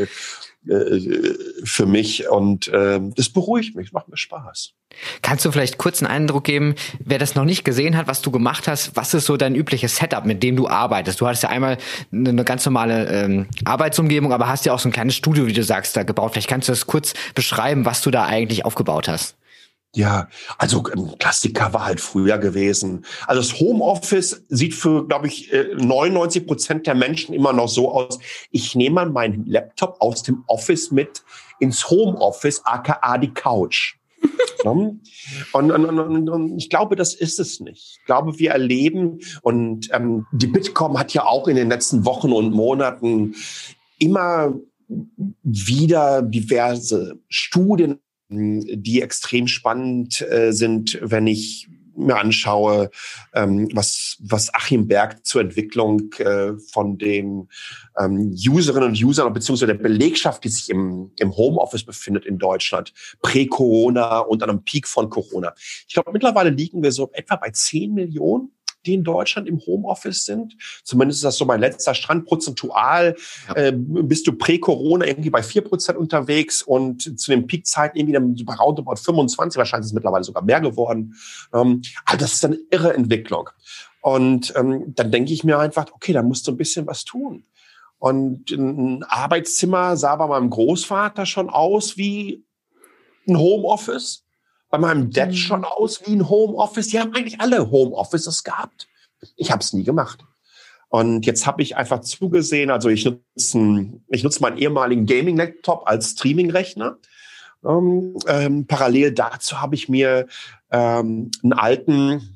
für mich. Und das beruhigt mich, macht mir Spaß. Kannst du vielleicht kurz einen Eindruck geben, wer das noch nicht gesehen hat, was du gemacht hast, was ist so dein übliches Setup, mit dem du arbeitest? Du hattest ja einmal eine ganz normale Arbeitsumgebung, aber hast ja auch so ein kleines Studio, wie du sagst, da gebaut. Vielleicht kannst du das kurz beschreiben, was du da eigentlich aufgebaut hast. Ja, also ein Klassiker war halt früher gewesen. Also das Homeoffice sieht für, glaube ich, 99% der Menschen immer noch so aus. Ich nehme mal meinen Laptop aus dem Office mit ins Homeoffice, aka die Couch. Und ich glaube, das ist es nicht. Ich glaube, wir erleben, und die Bitkom hat ja auch in den letzten Wochen und Monaten immer wieder diverse Studien, die extrem spannend sind, wenn ich mir anschaue, was Achim Berg zur Entwicklung von den Userinnen und Usern beziehungsweise der Belegschaft, die sich im Homeoffice befindet in Deutschland, prä-Corona und an einem Peak von Corona. Ich glaube, mittlerweile liegen wir so etwa bei 10 Millionen, die in Deutschland im Homeoffice sind. Zumindest ist das so mein letzter Stand. Prozentual bist du prä-Corona irgendwie bei 4% unterwegs und zu den Peakzeiten irgendwie bei roundabout 25, wahrscheinlich ist es mittlerweile sogar mehr geworden. Also das ist eine irre Entwicklung. Und dann denke ich mir einfach, okay, da musst du ein bisschen was tun. Und ein Arbeitszimmer sah bei meinem Großvater schon aus wie ein Homeoffice, bei meinem Dad schon aus wie ein Homeoffice. Die haben eigentlich alle Homeoffices gehabt. Ich habe es nie gemacht. Und jetzt habe ich einfach zugesehen, also ich nutze meinen ehemaligen Gaming-Laptop als Streaming-Rechner. Parallel dazu habe ich mir einen alten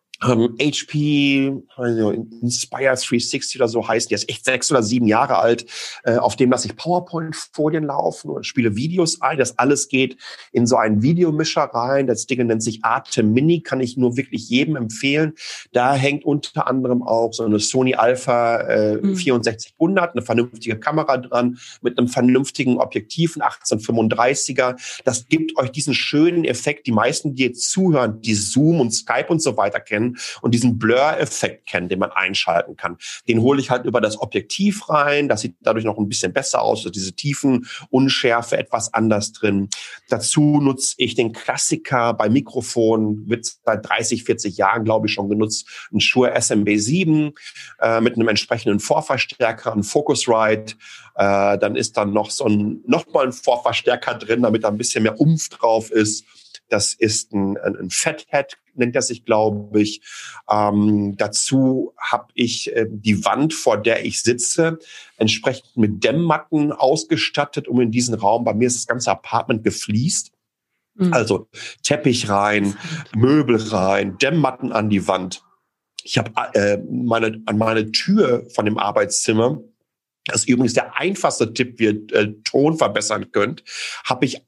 HP Inspire 360 oder so heißt, der ist echt 6 oder 7 Jahre alt, auf dem lasse ich PowerPoint-Folien laufen und spiele Videos ein. Das alles geht in so einen Videomischer rein. Das Ding nennt sich Atem Mini, kann ich nur wirklich jedem empfehlen. Da hängt unter anderem auch so eine Sony Alpha 6400, eine vernünftige Kamera dran, mit einem vernünftigen Objektiv, ein 1835er. Das gibt euch diesen schönen Effekt. Die meisten, die jetzt zuhören, die Zoom und Skype und so weiter kennen, und diesen Blur-Effekt kennen, den man einschalten kann. Den hole ich halt über das Objektiv rein. Das sieht dadurch noch ein bisschen besser aus. Also diese Tiefen, Unschärfe etwas anders drin. Dazu nutze ich den Klassiker bei Mikrofonen, wird seit 30, 40 Jahren, glaube ich, schon genutzt. Ein Shure SMB7 mit einem entsprechenden Vorverstärker, ein Focusrite. Dann ist dann noch nochmal ein Vorverstärker drin, damit da ein bisschen mehr Umf drauf ist. Das ist ein Fathead, nennt er sich, glaube ich. Dazu habe ich die Wand, vor der ich sitze, entsprechend mit Dämmmatten ausgestattet, um in diesen Raum, bei mir ist das ganze Apartment gefliest. Also Teppich rein, Möbel rein, Dämmmatten an die Wand. Ich habe an meine Tür von dem Arbeitszimmer, das ist übrigens der einfachste Tipp, wie ihr Ton verbessern könnt, habe ich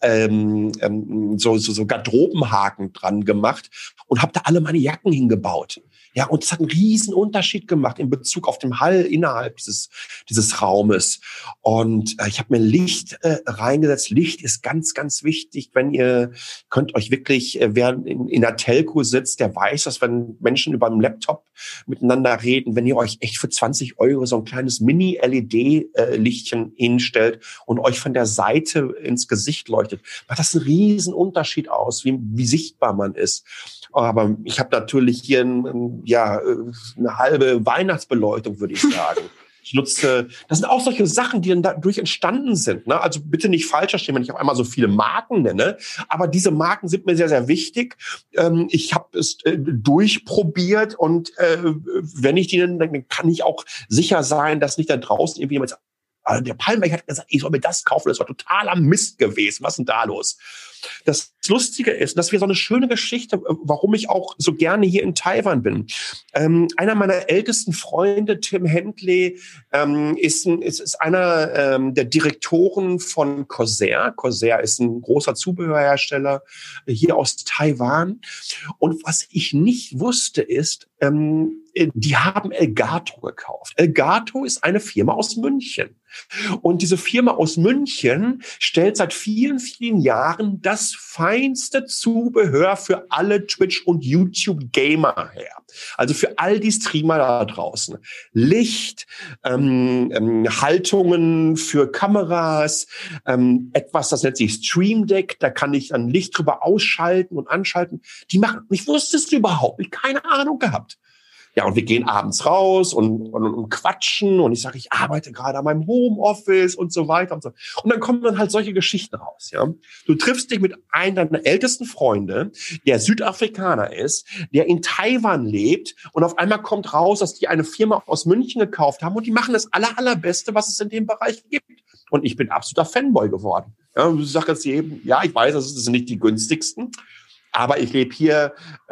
so Garderobenhaken dran gemacht und habe da alle meine Jacken hingebaut. Ja, und es hat einen riesen Unterschied gemacht in Bezug auf den Hall innerhalb dieses Raumes. Und ich habe mir Licht reingesetzt. Licht ist ganz, ganz wichtig, wenn ihr könnt euch wirklich, wer in der Telco sitzt, der weiß, dass wenn Menschen über einen Laptop miteinander reden, wenn ihr euch echt für 20 € so ein kleines Mini-LED-Lichtchen hinstellt und euch von der Seite ins Gesicht leuchtet, macht das einen riesen Unterschied aus, wie sichtbar man ist. Aber ich habe natürlich hier eine halbe Weihnachtsbeleuchtung, würde ich sagen. Ich nutze, das sind auch solche Sachen, die dann dadurch entstanden sind. Ne? Also bitte nicht falsch verstehen, wenn ich auf einmal so viele Marken nenne. Aber diese Marken sind mir sehr, sehr wichtig. Ich habe es durchprobiert und wenn ich die nenne, dann kann ich auch sicher sein, dass nicht da draußen irgendwie jemand sagt, der Palmberg hat gesagt, ich soll mir das kaufen, das war totaler Mist gewesen. Was ist denn da los? Das Lustige ist, dass wir so eine schöne Geschichte, warum ich auch so gerne hier in Taiwan bin. Einer meiner ältesten Freunde, Tim Händley, ist einer der Direktoren von Corsair. Corsair ist ein großer Zubehörhersteller hier aus Taiwan. Und was ich nicht wusste ist, die haben Elgato gekauft. Elgato ist eine Firma aus München. Und diese Firma aus München stellt seit vielen, vielen Jahren das feinste Zubehör für alle Twitch- und YouTube-Gamer her. Also für all die Streamer da draußen. Licht, Haltungen für Kameras, etwas, das nennt sich Stream Deck, da kann ich dann Licht drüber ausschalten und anschalten. Die machen, ich wusste es überhaupt nicht, keine Ahnung gehabt. Ja, und wir gehen abends raus und quatschen und ich sage, ich arbeite gerade an meinem Homeoffice und so weiter und so. Und dann kommen dann halt solche Geschichten raus, ja. Du triffst dich mit einem deiner ältesten Freunde, der Südafrikaner ist, der in Taiwan lebt und auf einmal kommt raus, dass die eine Firma aus München gekauft haben und die machen das allerbeste, was es in dem Bereich gibt. Und ich bin absoluter Fanboy geworden. Ja, ich sage jetzt jedem, ja, ich weiß, das sind nicht die günstigsten. Aber ich lebe hier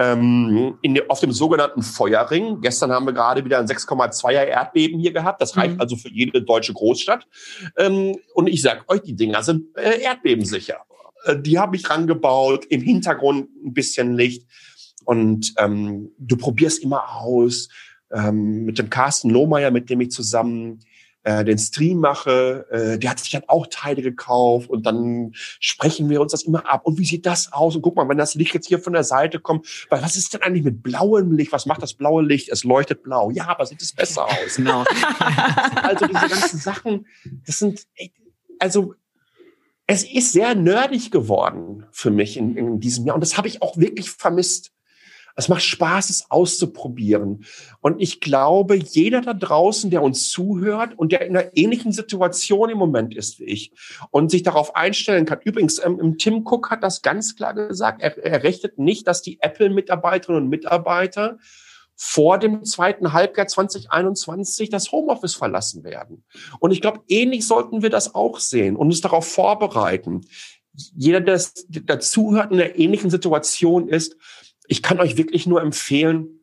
auf dem sogenannten Feuerring. Gestern haben wir gerade wieder ein 6,2er Erdbeben hier gehabt. Das reicht also für jede deutsche Großstadt. Und ich sage euch, die Dinger sind erdbebensicher. Die habe ich rangebaut, im Hintergrund ein bisschen Licht. Und du probierst immer aus. Mit dem Carsten Lohmeier, mit dem ich zusammen den Stream mache, der hat sich dann auch Teile gekauft und dann sprechen wir uns das immer ab. Und wie sieht das aus? Und guck mal, wenn das Licht jetzt hier von der Seite kommt, weil was ist denn eigentlich mit blauem Licht? Was macht das blaue Licht? Es leuchtet blau. Ja, aber sieht es besser aus? Genau. Also diese ganzen Sachen, das sind, also es ist sehr nerdig geworden für mich in diesem Jahr und das habe ich auch wirklich vermisst. Es macht Spaß, es auszuprobieren. Und ich glaube, jeder da draußen, der uns zuhört und der in einer ähnlichen Situation im Moment ist wie ich und sich darauf einstellen kann. Übrigens, Tim Cook hat das ganz klar gesagt. Er rechnet nicht, dass die Apple-Mitarbeiterinnen und Mitarbeiter vor dem zweiten Halbjahr 2021 das Homeoffice verlassen werden. Und ich glaube, ähnlich sollten wir das auch sehen und uns darauf vorbereiten. Jeder, der dazuhört, in einer ähnlichen Situation ist, ich kann euch wirklich nur empfehlen,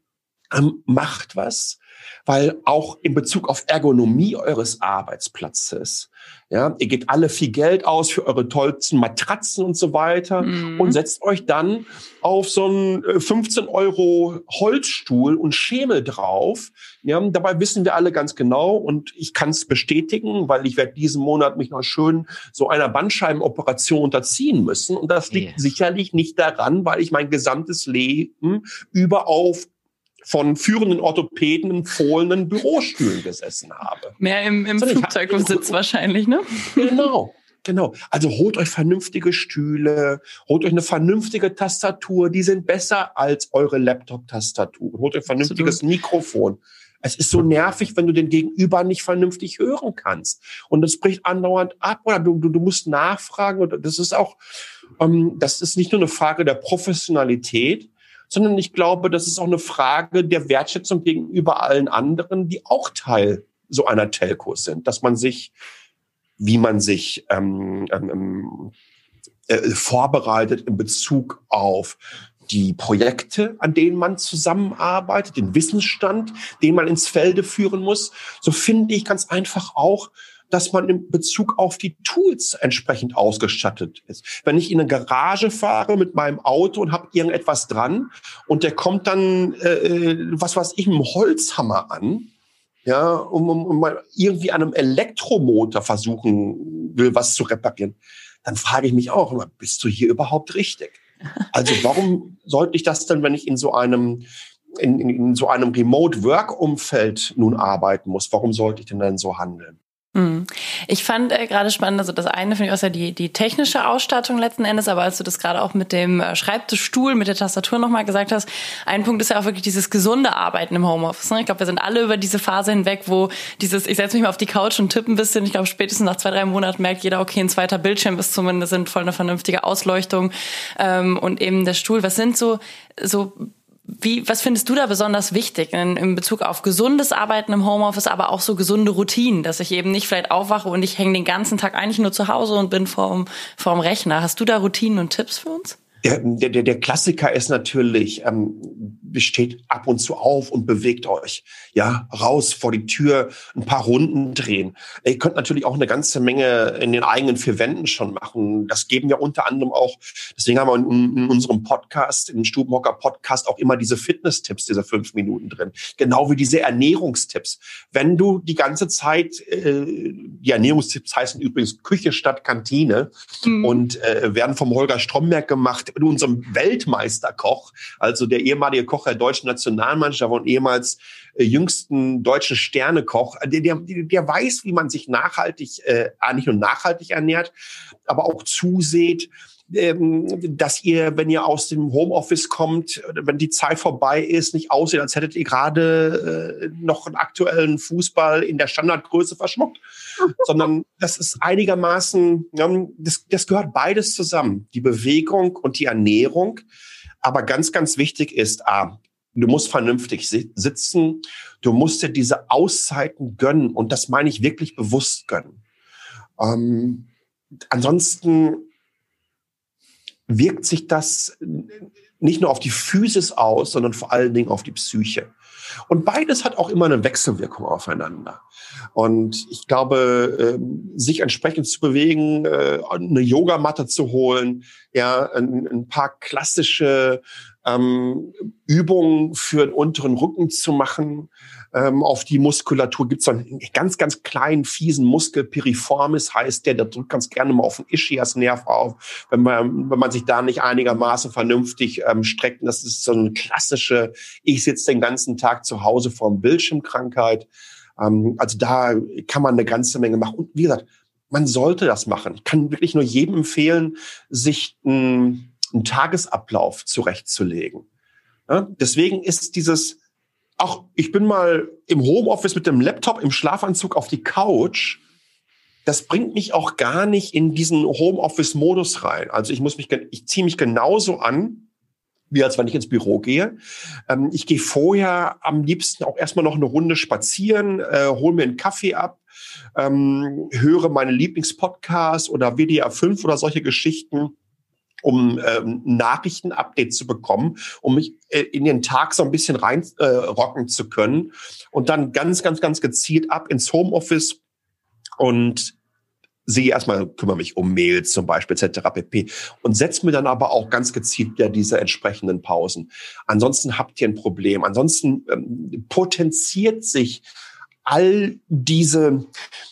macht was, weil auch in Bezug auf Ergonomie eures Arbeitsplatzes, ja, ihr gebt alle viel Geld aus für eure tollsten Matratzen und so weiter und setzt euch dann auf so einen 15 € Holzstuhl und Schemel drauf. Ja, dabei wissen wir alle ganz genau und ich kann es bestätigen, weil ich werde diesen Monat mich noch schön so einer Bandscheibenoperation unterziehen müssen und das liegt sicherlich nicht daran, weil ich mein gesamtes Leben über auf von führenden Orthopäden in fohlenen Bürostühlen gesessen habe. Mehr im Flugzeugsitz wahrscheinlich, ne? Genau. Also holt euch vernünftige Stühle, holt euch eine vernünftige Tastatur, die sind besser als eure Laptop-Tastatur. Holt euch ein vernünftiges Mikrofon. Es ist so nervig, wenn du den Gegenüber nicht vernünftig hören kannst. Und das bricht andauernd ab oder du musst nachfragen. Und das ist auch, das ist nicht nur eine Frage der Professionalität, sondern ich glaube, das ist auch eine Frage der Wertschätzung gegenüber allen anderen, die auch Teil so einer Telco sind, dass man sich, wie man sich vorbereitet in Bezug auf die Projekte, an denen man zusammenarbeitet, den Wissensstand, den man ins Felde führen muss. So finde ich ganz einfach auch, dass man in Bezug auf die Tools entsprechend ausgestattet ist. Wenn ich in eine Garage fahre mit meinem Auto und habe irgendetwas dran und der kommt dann, was weiß ich, mit einem Holzhammer an, ja, um mal irgendwie an einem Elektromotor versuchen will, was zu reparieren, dann frage ich mich auch immer, bist du hier überhaupt richtig? Also warum sollte ich das denn, wenn ich in so einem Remote-Work-Umfeld nun arbeiten muss, warum sollte ich denn dann so handeln? Ich fand gerade spannend, also das eine finde ich auch ja die technische Ausstattung letzten Endes, aber als du das gerade auch mit dem Schreibtischstuhl, mit der Tastatur nochmal gesagt hast, ein Punkt ist ja auch wirklich dieses gesunde Arbeiten im Homeoffice. Ne? Ich glaube, wir sind alle über diese Phase hinweg, wo ich setze mich mal auf die Couch und tippe ein bisschen. Ich glaube, spätestens nach 2-3 Monaten merkt jeder, okay, ein zweiter Bildschirm ist zumindest sinnvoll, eine vernünftige Ausleuchtung und eben der Stuhl. Was sind was findest du da besonders wichtig in Bezug auf gesundes Arbeiten im Homeoffice, aber auch so gesunde Routinen, dass ich eben nicht vielleicht aufwache und ich hänge den ganzen Tag eigentlich nur zu Hause und bin vorm Rechner. Hast du da Routinen und Tipps für uns? Der Klassiker ist natürlich, steht ab und zu auf und bewegt euch. Ja, raus vor die Tür, ein paar Runden drehen. Ihr könnt natürlich auch eine ganze Menge in den eigenen 4 Wänden schon machen. Das geben wir unter anderem auch, deswegen haben wir in unserem Podcast, im Stubenhocker-Podcast auch immer diese Fitness-Tipps, diese 5 Minuten drin. Genau wie diese Ernährungstipps. Wenn du die ganze Zeit, die Ernährungstipps heißen übrigens Küche statt Kantine und werden vom Holger Stromberg gemacht, unserem Weltmeisterkoch, also der ehemalige Koch der deutschen Nationalmannschaft und ehemals jüngsten deutschen Sternekoch, der weiß, wie man sich nachhaltig, nicht nur nachhaltig ernährt, aber auch zuseht, dass ihr, wenn ihr aus dem Homeoffice kommt, wenn die Zeit vorbei ist, nicht aussieht, als hättet ihr gerade noch einen aktuellen Fußball in der Standardgröße verschmuckt, sondern das ist einigermaßen, das gehört beides zusammen, die Bewegung und die Ernährung. Aber ganz, ganz wichtig ist, du musst vernünftig sitzen, du musst dir diese Auszeiten gönnen und das meine ich wirklich bewusst gönnen. Ansonsten wirkt sich das nicht nur auf die Physis aus, sondern vor allen Dingen auf die Psyche. Und beides hat auch immer eine Wechselwirkung aufeinander. Und ich glaube, sich entsprechend zu bewegen, eine Yogamatte zu holen, ja, ein paar klassische Übungen für den unteren Rücken zu machen. Auf die Muskulatur gibt es so einen ganz, ganz kleinen, fiesen Muskel, Piriformis heißt der drückt ganz gerne mal auf den Ischiasnerv auf, wenn man sich da nicht einigermaßen vernünftig streckt. Und das ist so eine klassische, ich sitze den ganzen Tag zu Hause vorm Bildschirmkrankheit. Also da kann man eine ganze Menge machen. Und wie gesagt, man sollte das machen. Ich kann wirklich nur jedem empfehlen, sich einen Tagesablauf zurechtzulegen. Ja, deswegen ist auch ich bin mal im Homeoffice mit dem Laptop im Schlafanzug auf die Couch. Das bringt mich auch gar nicht in diesen Homeoffice-Modus rein. Also ich ziehe mich genauso an, wie als wenn ich ins Büro gehe. Ich gehe vorher am liebsten auch erstmal noch eine Runde spazieren, hole mir einen Kaffee ab, höre meine Lieblingspodcasts oder WDR 5 oder solche Geschichten, um Nachrichten-Update zu bekommen, um mich in den Tag so ein bisschen rein rocken zu können und dann ganz, ganz, ganz gezielt ab ins Homeoffice und kümmere mich um Mails zum Beispiel etc. pp. Und setze mir dann aber auch ganz gezielt ja diese entsprechenden Pausen. Ansonsten habt ihr ein Problem. Ansonsten potenziert sich all diese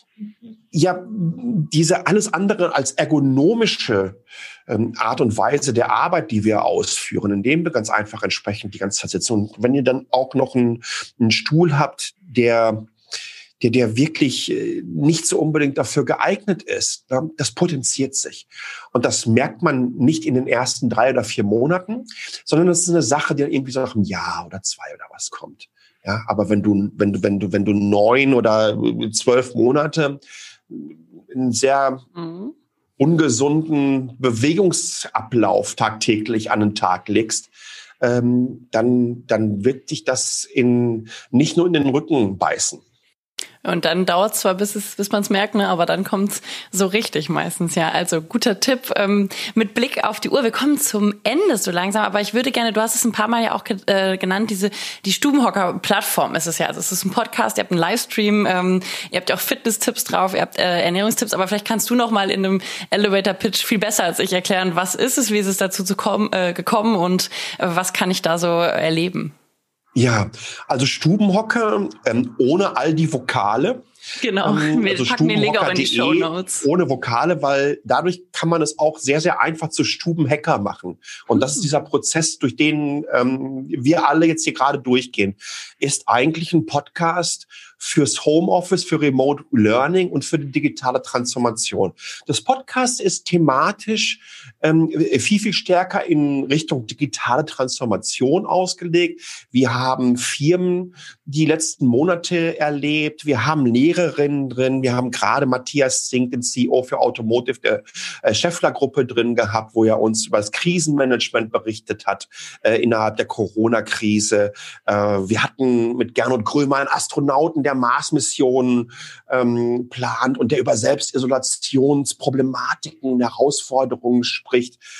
alles andere als ergonomische Art und Weise der Arbeit, die wir ausführen, indem wir ganz einfach entsprechend die ganze Zeit sitzen. Und wenn ihr dann auch noch einen Stuhl habt, der wirklich nicht so unbedingt dafür geeignet ist, das potenziert sich. Und das merkt man nicht in den ersten 3 oder 4 Monaten, sondern das ist eine Sache, die dann irgendwie so nach einem Jahr oder 2 oder was kommt. Ja, aber wenn du 9 oder 12 Monate einen sehr ungesunden Bewegungsablauf tagtäglich an den Tag legst, dann wird dich das nicht nur in den Rücken beißen. Und dann dauert es zwar, bis man es merkt, ne, aber dann kommt es so richtig meistens, ja. Also guter Tipp mit Blick auf die Uhr. Wir kommen zum Ende so langsam, aber ich würde gerne, du hast es ein paar Mal ja auch genannt, die Stubenhocker-Plattform ist es ja. Also es ist ein Podcast, ihr habt einen Livestream, ihr habt ja auch Fitness-Tipps drauf, ihr habt Ernährungstipps, aber vielleicht kannst du noch mal in einem Elevator-Pitch viel besser als ich erklären, was ist es, wie ist es dazu gekommen und was kann ich da so erleben? Ja, also Stubenhocker ohne all die Vokale. Genau, wir packen den Link auch in die Shownotes. Ohne Vokale, weil dadurch kann man es auch sehr, sehr einfach zu Stubenhacker machen. Und das ist dieser Prozess, durch den wir alle jetzt hier gerade durchgehen, ist eigentlich ein Podcast fürs Homeoffice, für Remote Learning und für die digitale Transformation. Das Podcast ist thematisch viel, viel stärker in Richtung digitale Transformation ausgelegt. Wir haben Firmen die letzten Monate erlebt. Wir haben Lehrerinnen drin. Wir haben gerade Matthias Zink, den CEO für Automotive der Schaeffler-Gruppe drin gehabt, wo er uns über das Krisenmanagement berichtet hat innerhalb der Corona-Krise. Wir hatten mit Gernot Grömer einen Astronauten, der Mars-Missionen plant und der über Selbstisolationsproblematiken, Herausforderungen spricht.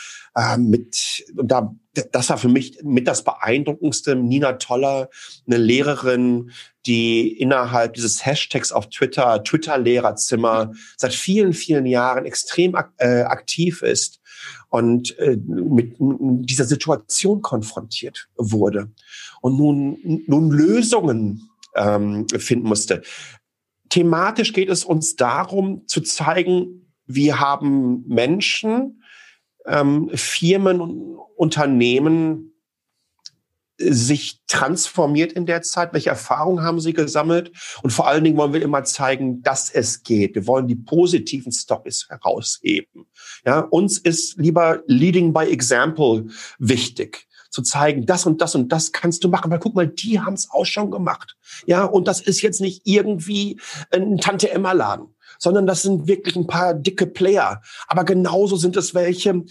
Das war für mich mit das Beeindruckendste. Nina Toller, eine Lehrerin, die innerhalb dieses Hashtags auf Twitter-Lehrerzimmer seit vielen, vielen Jahren extrem aktiv ist und mit dieser Situation konfrontiert wurde und nun Lösungen finden musste. Thematisch geht es uns darum, zu zeigen, wir haben Menschen, Firmen und Unternehmen sich transformiert in der Zeit? Welche Erfahrungen haben sie gesammelt? Und vor allen Dingen wollen wir immer zeigen, dass es geht. Wir wollen die positiven Storys herausheben. Ja, uns ist lieber Leading by Example wichtig. Zu zeigen, das und das und das kannst du machen, weil guck mal, die haben es auch schon gemacht. Ja, und das ist jetzt nicht irgendwie ein Tante-Emma-Laden, sondern das sind wirklich ein paar dicke Player. Aber genauso sind es welche,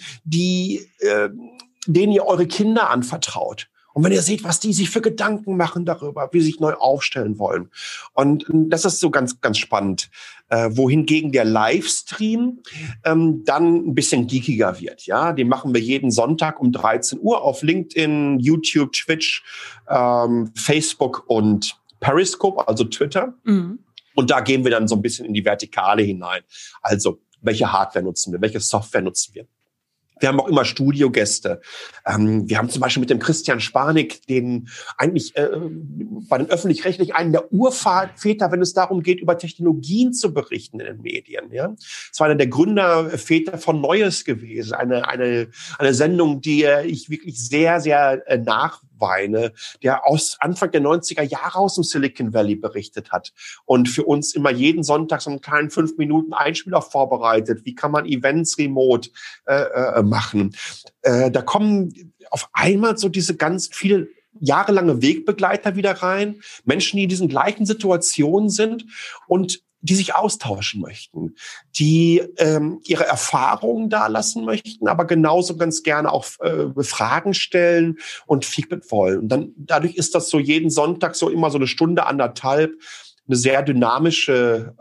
denen ihr eure Kinder anvertraut. Und wenn ihr seht, was die sich für Gedanken machen darüber, wie sie sich neu aufstellen wollen. Und das ist so ganz, ganz spannend. Wohingegen der Livestream dann ein bisschen geekiger wird. Ja, den machen wir jeden Sonntag um 13 Uhr auf LinkedIn, YouTube, Twitch, Facebook und Periscope, also Twitter. Mhm. Und da gehen wir dann so ein bisschen in die Vertikale hinein. Also, welche Hardware nutzen wir? Welche Software nutzen wir? Wir haben auch immer Studiogäste. Wir haben zum Beispiel mit dem Christian Sparnik, den eigentlich bei den Öffentlich-Rechtlichen einen der Urväter, wenn es darum geht, über Technologien zu berichten in den Medien. Ja, es war einer der Gründerväter von Neues gewesen. Eine Sendung, die ich wirklich sehr, sehr nachweine, der aus Anfang der 90er Jahre aus dem Silicon Valley berichtet hat und für uns immer jeden Sonntag so einen kleinen 5 Minuten Einspieler vorbereitet. Wie kann man Events remote machen? Da kommen auf einmal so diese ganz viele jahrelange Wegbegleiter wieder rein, Menschen, die in diesen gleichen Situationen sind und die sich austauschen möchten, die ihre Erfahrungen dalassen möchten, aber genauso ganz gerne auch Fragen stellen und Feedback wollen. Und dann dadurch ist das so jeden Sonntag so immer so eine Stunde, anderthalb, eine sehr dynamische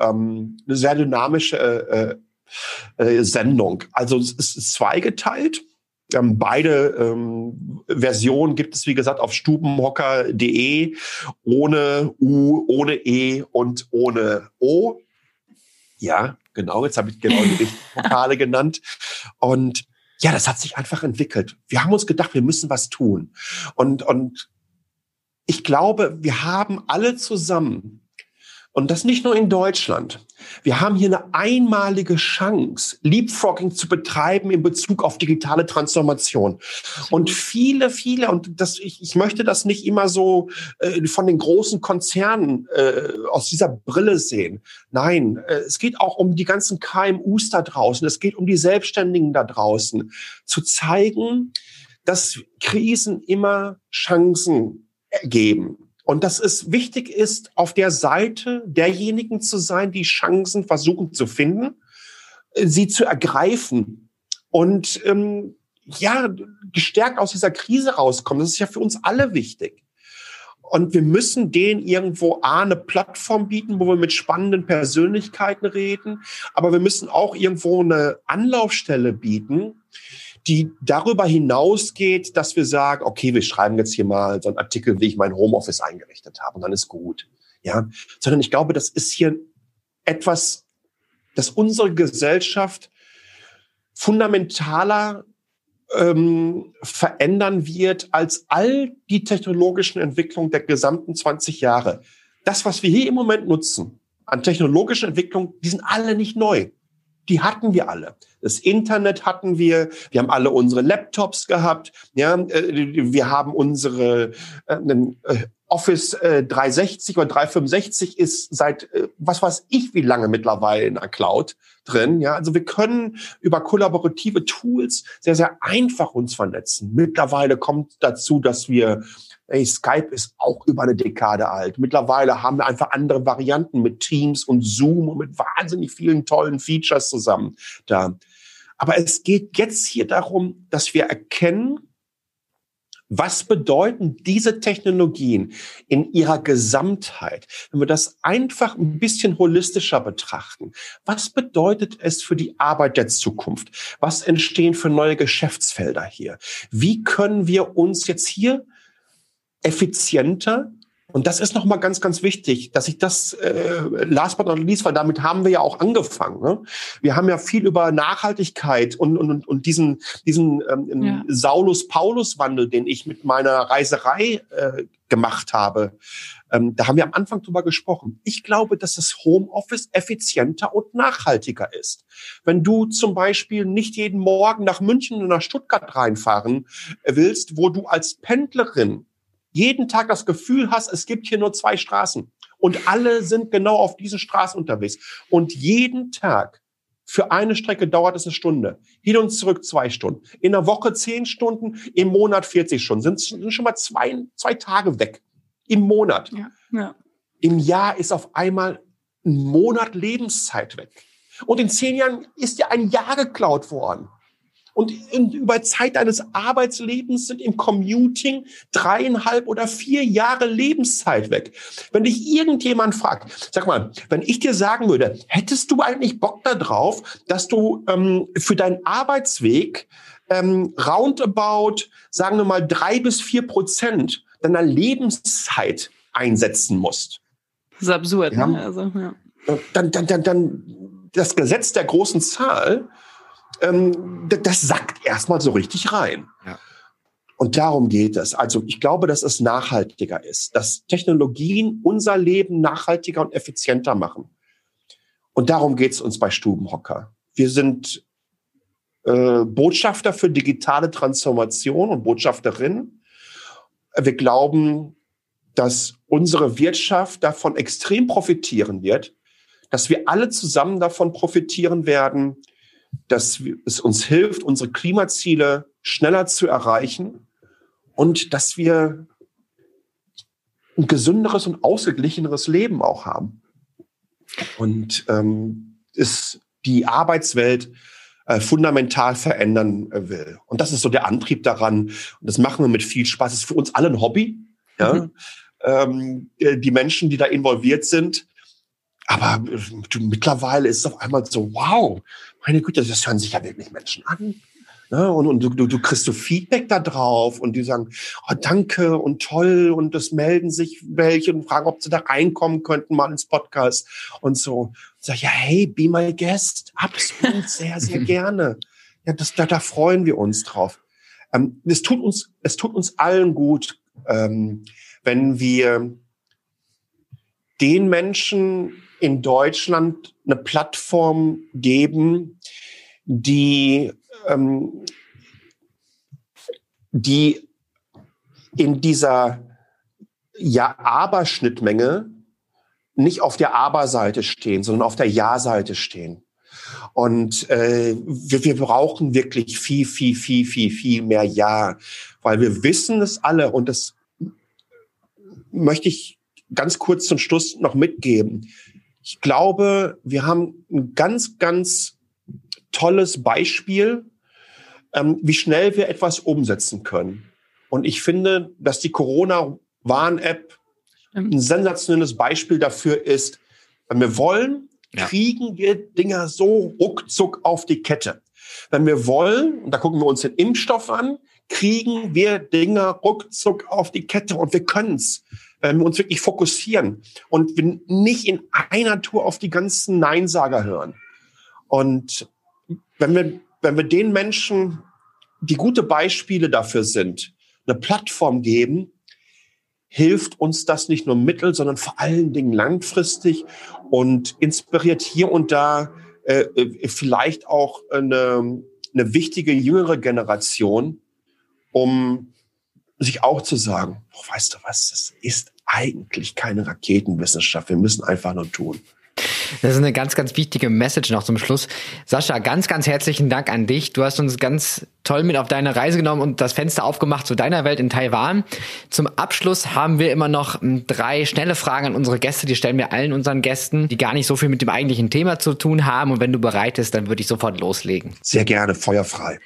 Sendung. Also es ist zweigeteilt. Beide Versionen gibt es, wie gesagt, auf stubenhocker.de, ohne U, ohne E und ohne O. Ja, genau, jetzt habe ich genau die richtigen Vokale genannt. Und ja, das hat sich einfach entwickelt. Wir haben uns gedacht, wir müssen was tun. Und ich glaube, wir haben alle zusammen, und das nicht nur in Deutschland. Wir haben hier eine einmalige Chance, Leapfrogging zu betreiben in Bezug auf digitale Transformation. Und viele, und ich möchte das nicht immer so von den großen Konzernen aus dieser Brille sehen. Nein, es geht auch um die ganzen KMUs da draußen. Es geht um die Selbstständigen da draußen. Zu zeigen, dass Krisen immer Chancen geben. Und dass es wichtig ist, auf der Seite derjenigen zu sein, die Chancen versuchen zu finden, sie zu ergreifen und gestärkt aus dieser Krise rauskommen. Das ist ja für uns alle wichtig. Und wir müssen denen irgendwo eine Plattform bieten, wo wir mit spannenden Persönlichkeiten reden. Aber wir müssen auch irgendwo eine Anlaufstelle bieten, die darüber hinausgeht, dass wir sagen, okay, wir schreiben jetzt hier mal so einen Artikel, wie ich mein Homeoffice eingerichtet habe, und dann ist gut. Ja, sondern ich glaube, das ist hier etwas, das unsere Gesellschaft fundamentaler verändern wird als all die technologischen Entwicklungen der gesamten 20 Jahre. Das, was wir hier im Moment nutzen an technologischen Entwicklungen, die sind alle nicht neu. Die hatten wir alle. Das Internet hatten wir. Wir haben alle unsere Laptops gehabt. Ja, wir haben unsere Office 360 oder 365 ist seit was weiß ich wie lange mittlerweile in der Cloud drin. Ja, also wir können über kollaborative Tools sehr, sehr einfach uns vernetzen. Mittlerweile kommt dazu, dass wir Skype ist auch über eine Dekade alt. Mittlerweile haben wir einfach andere Varianten mit Teams und Zoom und mit wahnsinnig vielen tollen Features zusammen da. Aber es geht jetzt hier darum, dass wir erkennen, was bedeuten diese Technologien in ihrer Gesamtheit? Wenn wir das einfach ein bisschen holistischer betrachten, was bedeutet es für die Arbeit der Zukunft? Was entstehen für neue Geschäftsfelder hier? Wie können wir uns jetzt hier effizienter, und das ist nochmal ganz, ganz wichtig, dass ich das last but not least, weil damit haben wir ja auch angefangen. Ne? Wir haben ja viel über Nachhaltigkeit und diesen Saulus-Paulus-Wandel, den ich mit meiner Reiserei gemacht habe. Da haben wir am Anfang drüber gesprochen. Ich glaube, dass das Homeoffice effizienter und nachhaltiger ist. Wenn du zum Beispiel nicht jeden Morgen nach München oder nach Stuttgart reinfahren willst, wo du als Pendlerin jeden Tag das Gefühl hast, es gibt hier nur 2 Straßen und alle sind genau auf diesen Straßen unterwegs. Und jeden Tag für eine Strecke dauert es 1 Stunde. Hin und zurück 2 Stunden. In der Woche 10 Stunden, im Monat 40 Stunden. Sind schon mal 2 Tage weg. Im Monat. Ja. Im Jahr ist auf einmal ein Monat Lebenszeit weg. Und in 10 Jahren ist dir ein Jahr geklaut worden. Und über Zeit deines Arbeitslebens sind im Commuting 3,5 oder 4 Jahre Lebenszeit weg. Wenn dich irgendjemand fragt, sag mal, wenn ich dir sagen würde, hättest du eigentlich Bock da drauf, dass du für deinen Arbeitsweg roundabout, sagen wir mal, 3-4% deiner Lebenszeit einsetzen musst? Das ist absurd, ja? Ne? Also, ja. Dann das Gesetz der großen Zahl das sackt erstmal so richtig rein. Ja. Und darum geht es. Also ich glaube, dass es nachhaltiger ist, dass Technologien unser Leben nachhaltiger und effizienter machen. Und darum geht es uns bei Stubenhocker. Wir sind Botschafter für digitale Transformation und Botschafterin. Wir glauben, dass unsere Wirtschaft davon extrem profitieren wird, dass wir alle zusammen davon profitieren werden, dass es uns hilft, unsere Klimaziele schneller zu erreichen und dass wir ein gesünderes und ausgeglicheneres Leben auch haben. Und ist die Arbeitswelt fundamental verändern will. Und das ist so der Antrieb daran. Und das machen wir mit viel Spaß. Es ist für uns alle ein Hobby. Ja? Die Menschen, die da involviert sind. Aber mittlerweile ist es auf einmal so, wow, meine Güte, das hören sich ja wirklich Menschen an. Ja, und du kriegst so Feedback da drauf und die sagen, oh, danke und toll und es melden sich welche und fragen, ob sie da reinkommen könnten mal ins Podcast und so. Sag ich, ja, hey, be my guest, absolut, sehr, sehr gerne. Ja, da freuen wir uns drauf. Es tut uns allen gut, wenn wir den Menschen in Deutschland eine Plattform geben, die in dieser Ja-Aber-Schnittmenge nicht auf der Aber-Seite stehen, sondern auf der Ja-Seite stehen. Und wir brauchen wirklich viel mehr Ja, weil wir wissen es alle und das möchte ich ganz kurz zum Schluss noch mitgeben. Ich glaube, wir haben ein ganz, ganz tolles Beispiel, wie schnell wir etwas umsetzen können. Und ich finde, dass die Corona-Warn-App ein sensationelles Beispiel dafür ist, wenn wir wollen, kriegen wir Dinger so ruckzuck auf die Kette. Wenn wir wollen, und da gucken wir uns den Impfstoff an, kriegen wir Dinger ruckzuck auf die Kette und wir können's, wenn wir uns wirklich fokussieren und wir nicht in einer Tour auf die ganzen Neinsager hören. Und wenn wir den Menschen, die gute Beispiele dafür sind, eine Plattform geben, hilft uns das nicht nur mittel-, sondern vor allen Dingen langfristig und inspiriert hier und da vielleicht auch eine wichtige jüngere Generation, um sich auch zu sagen, weißt du was, das ist eigentlich keine Raketenwissenschaft, wir müssen einfach nur tun. Das ist eine ganz, ganz wichtige Message noch zum Schluss. Sascha, ganz, ganz herzlichen Dank an dich. Du hast uns ganz toll mit auf deine Reise genommen und das Fenster aufgemacht zu deiner Welt in Taiwan. Zum Abschluss haben wir immer noch 3 schnelle Fragen an unsere Gäste. Die stellen wir allen unseren Gästen, die gar nicht so viel mit dem eigentlichen Thema zu tun haben. Und wenn du bereit bist, dann würde ich sofort loslegen. Sehr gerne, feuerfrei.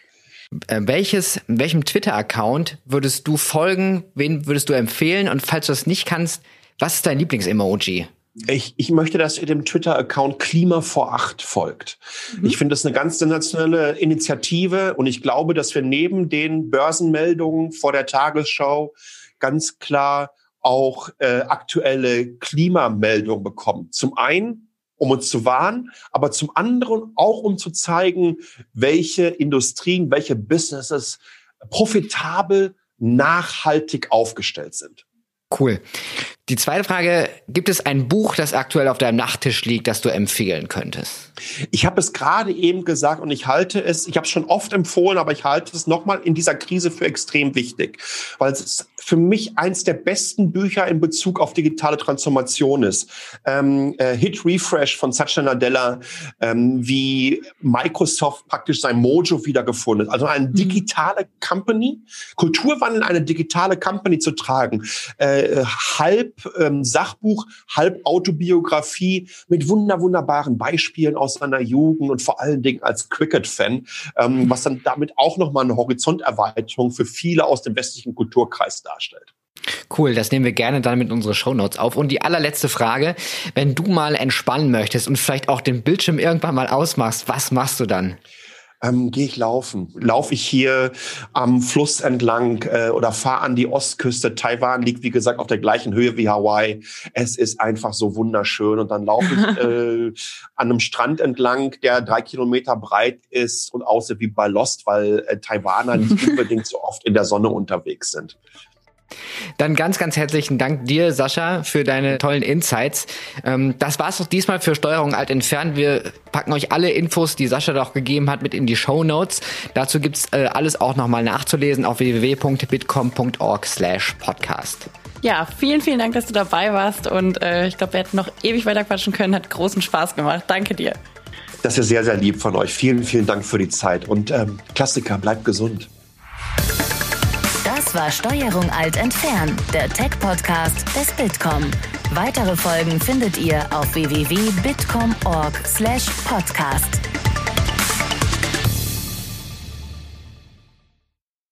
Welchem Twitter-Account würdest du folgen? Wen würdest du empfehlen? Und falls du das nicht kannst, was ist dein Lieblings-Emoji? Ich möchte, dass ihr dem Twitter-Account Klima vor 8 folgt. Ich finde das eine ganz sensationelle Initiative und ich glaube, dass wir neben den Börsenmeldungen vor der Tagesschau ganz klar auch aktuelle Klimameldungen bekommen. Zum einen, um uns zu warnen, aber zum anderen auch, um zu zeigen, welche Industrien, welche Businesses profitabel, nachhaltig aufgestellt sind. Cool. Die zweite Frage, gibt es ein Buch, das aktuell auf deinem Nachttisch liegt, das du empfehlen könntest? Ich habe es gerade eben gesagt und ich habe es schon oft empfohlen, aber ich halte es nochmal in dieser Krise für extrem wichtig, weil es für mich eins der besten Bücher in Bezug auf digitale Transformation ist. Hit Refresh von Satya Nadella, wie Microsoft praktisch sein Mojo wiedergefunden hat. Also eine digitale Company, Kulturwandel in eine digitale Company zu tragen. Halb Sachbuch, halb Autobiografie mit wunderbaren Beispielen aus seiner Jugend und vor allen Dingen als Cricket-Fan, was dann damit auch nochmal eine Horizonterweiterung für viele aus dem westlichen Kulturkreis darstellt. Cool, das nehmen wir gerne dann mit unsere Shownotes auf. Und die allerletzte Frage, wenn du mal entspannen möchtest und vielleicht auch den Bildschirm irgendwann mal ausmachst, was machst du dann? gehe ich laufen. Laufe ich hier am Fluss entlang oder fahre an die Ostküste. Taiwan liegt, wie gesagt, auf der gleichen Höhe wie Hawaii. Es ist einfach so wunderschön. Und dann laufe ich an einem Strand entlang, der 3 Kilometer breit ist und aussieht wie bei Lost, weil Taiwaner nicht unbedingt so oft in der Sonne unterwegs sind. Dann ganz, ganz herzlichen Dank dir, Sascha, für deine tollen Insights. Das war's doch diesmal für Steuerung Alt entfernt. Wir packen euch alle Infos, die Sascha doch gegeben hat, mit in die Shownotes. Dazu gibt's alles auch nochmal nachzulesen auf www.bitkom.org/podcast. Ja, vielen, vielen Dank, dass du dabei warst. Und ich glaube, wir hätten noch ewig weiter quatschen können. Hat großen Spaß gemacht. Danke dir. Das ist sehr, sehr lieb von euch. Vielen, vielen Dank für die Zeit. Und Klassiker, bleibt gesund. Das war Steuerung Alt entfernen, der Tech-Podcast des Bitkom. Weitere Folgen findet ihr auf www.bitkom.org/podcast.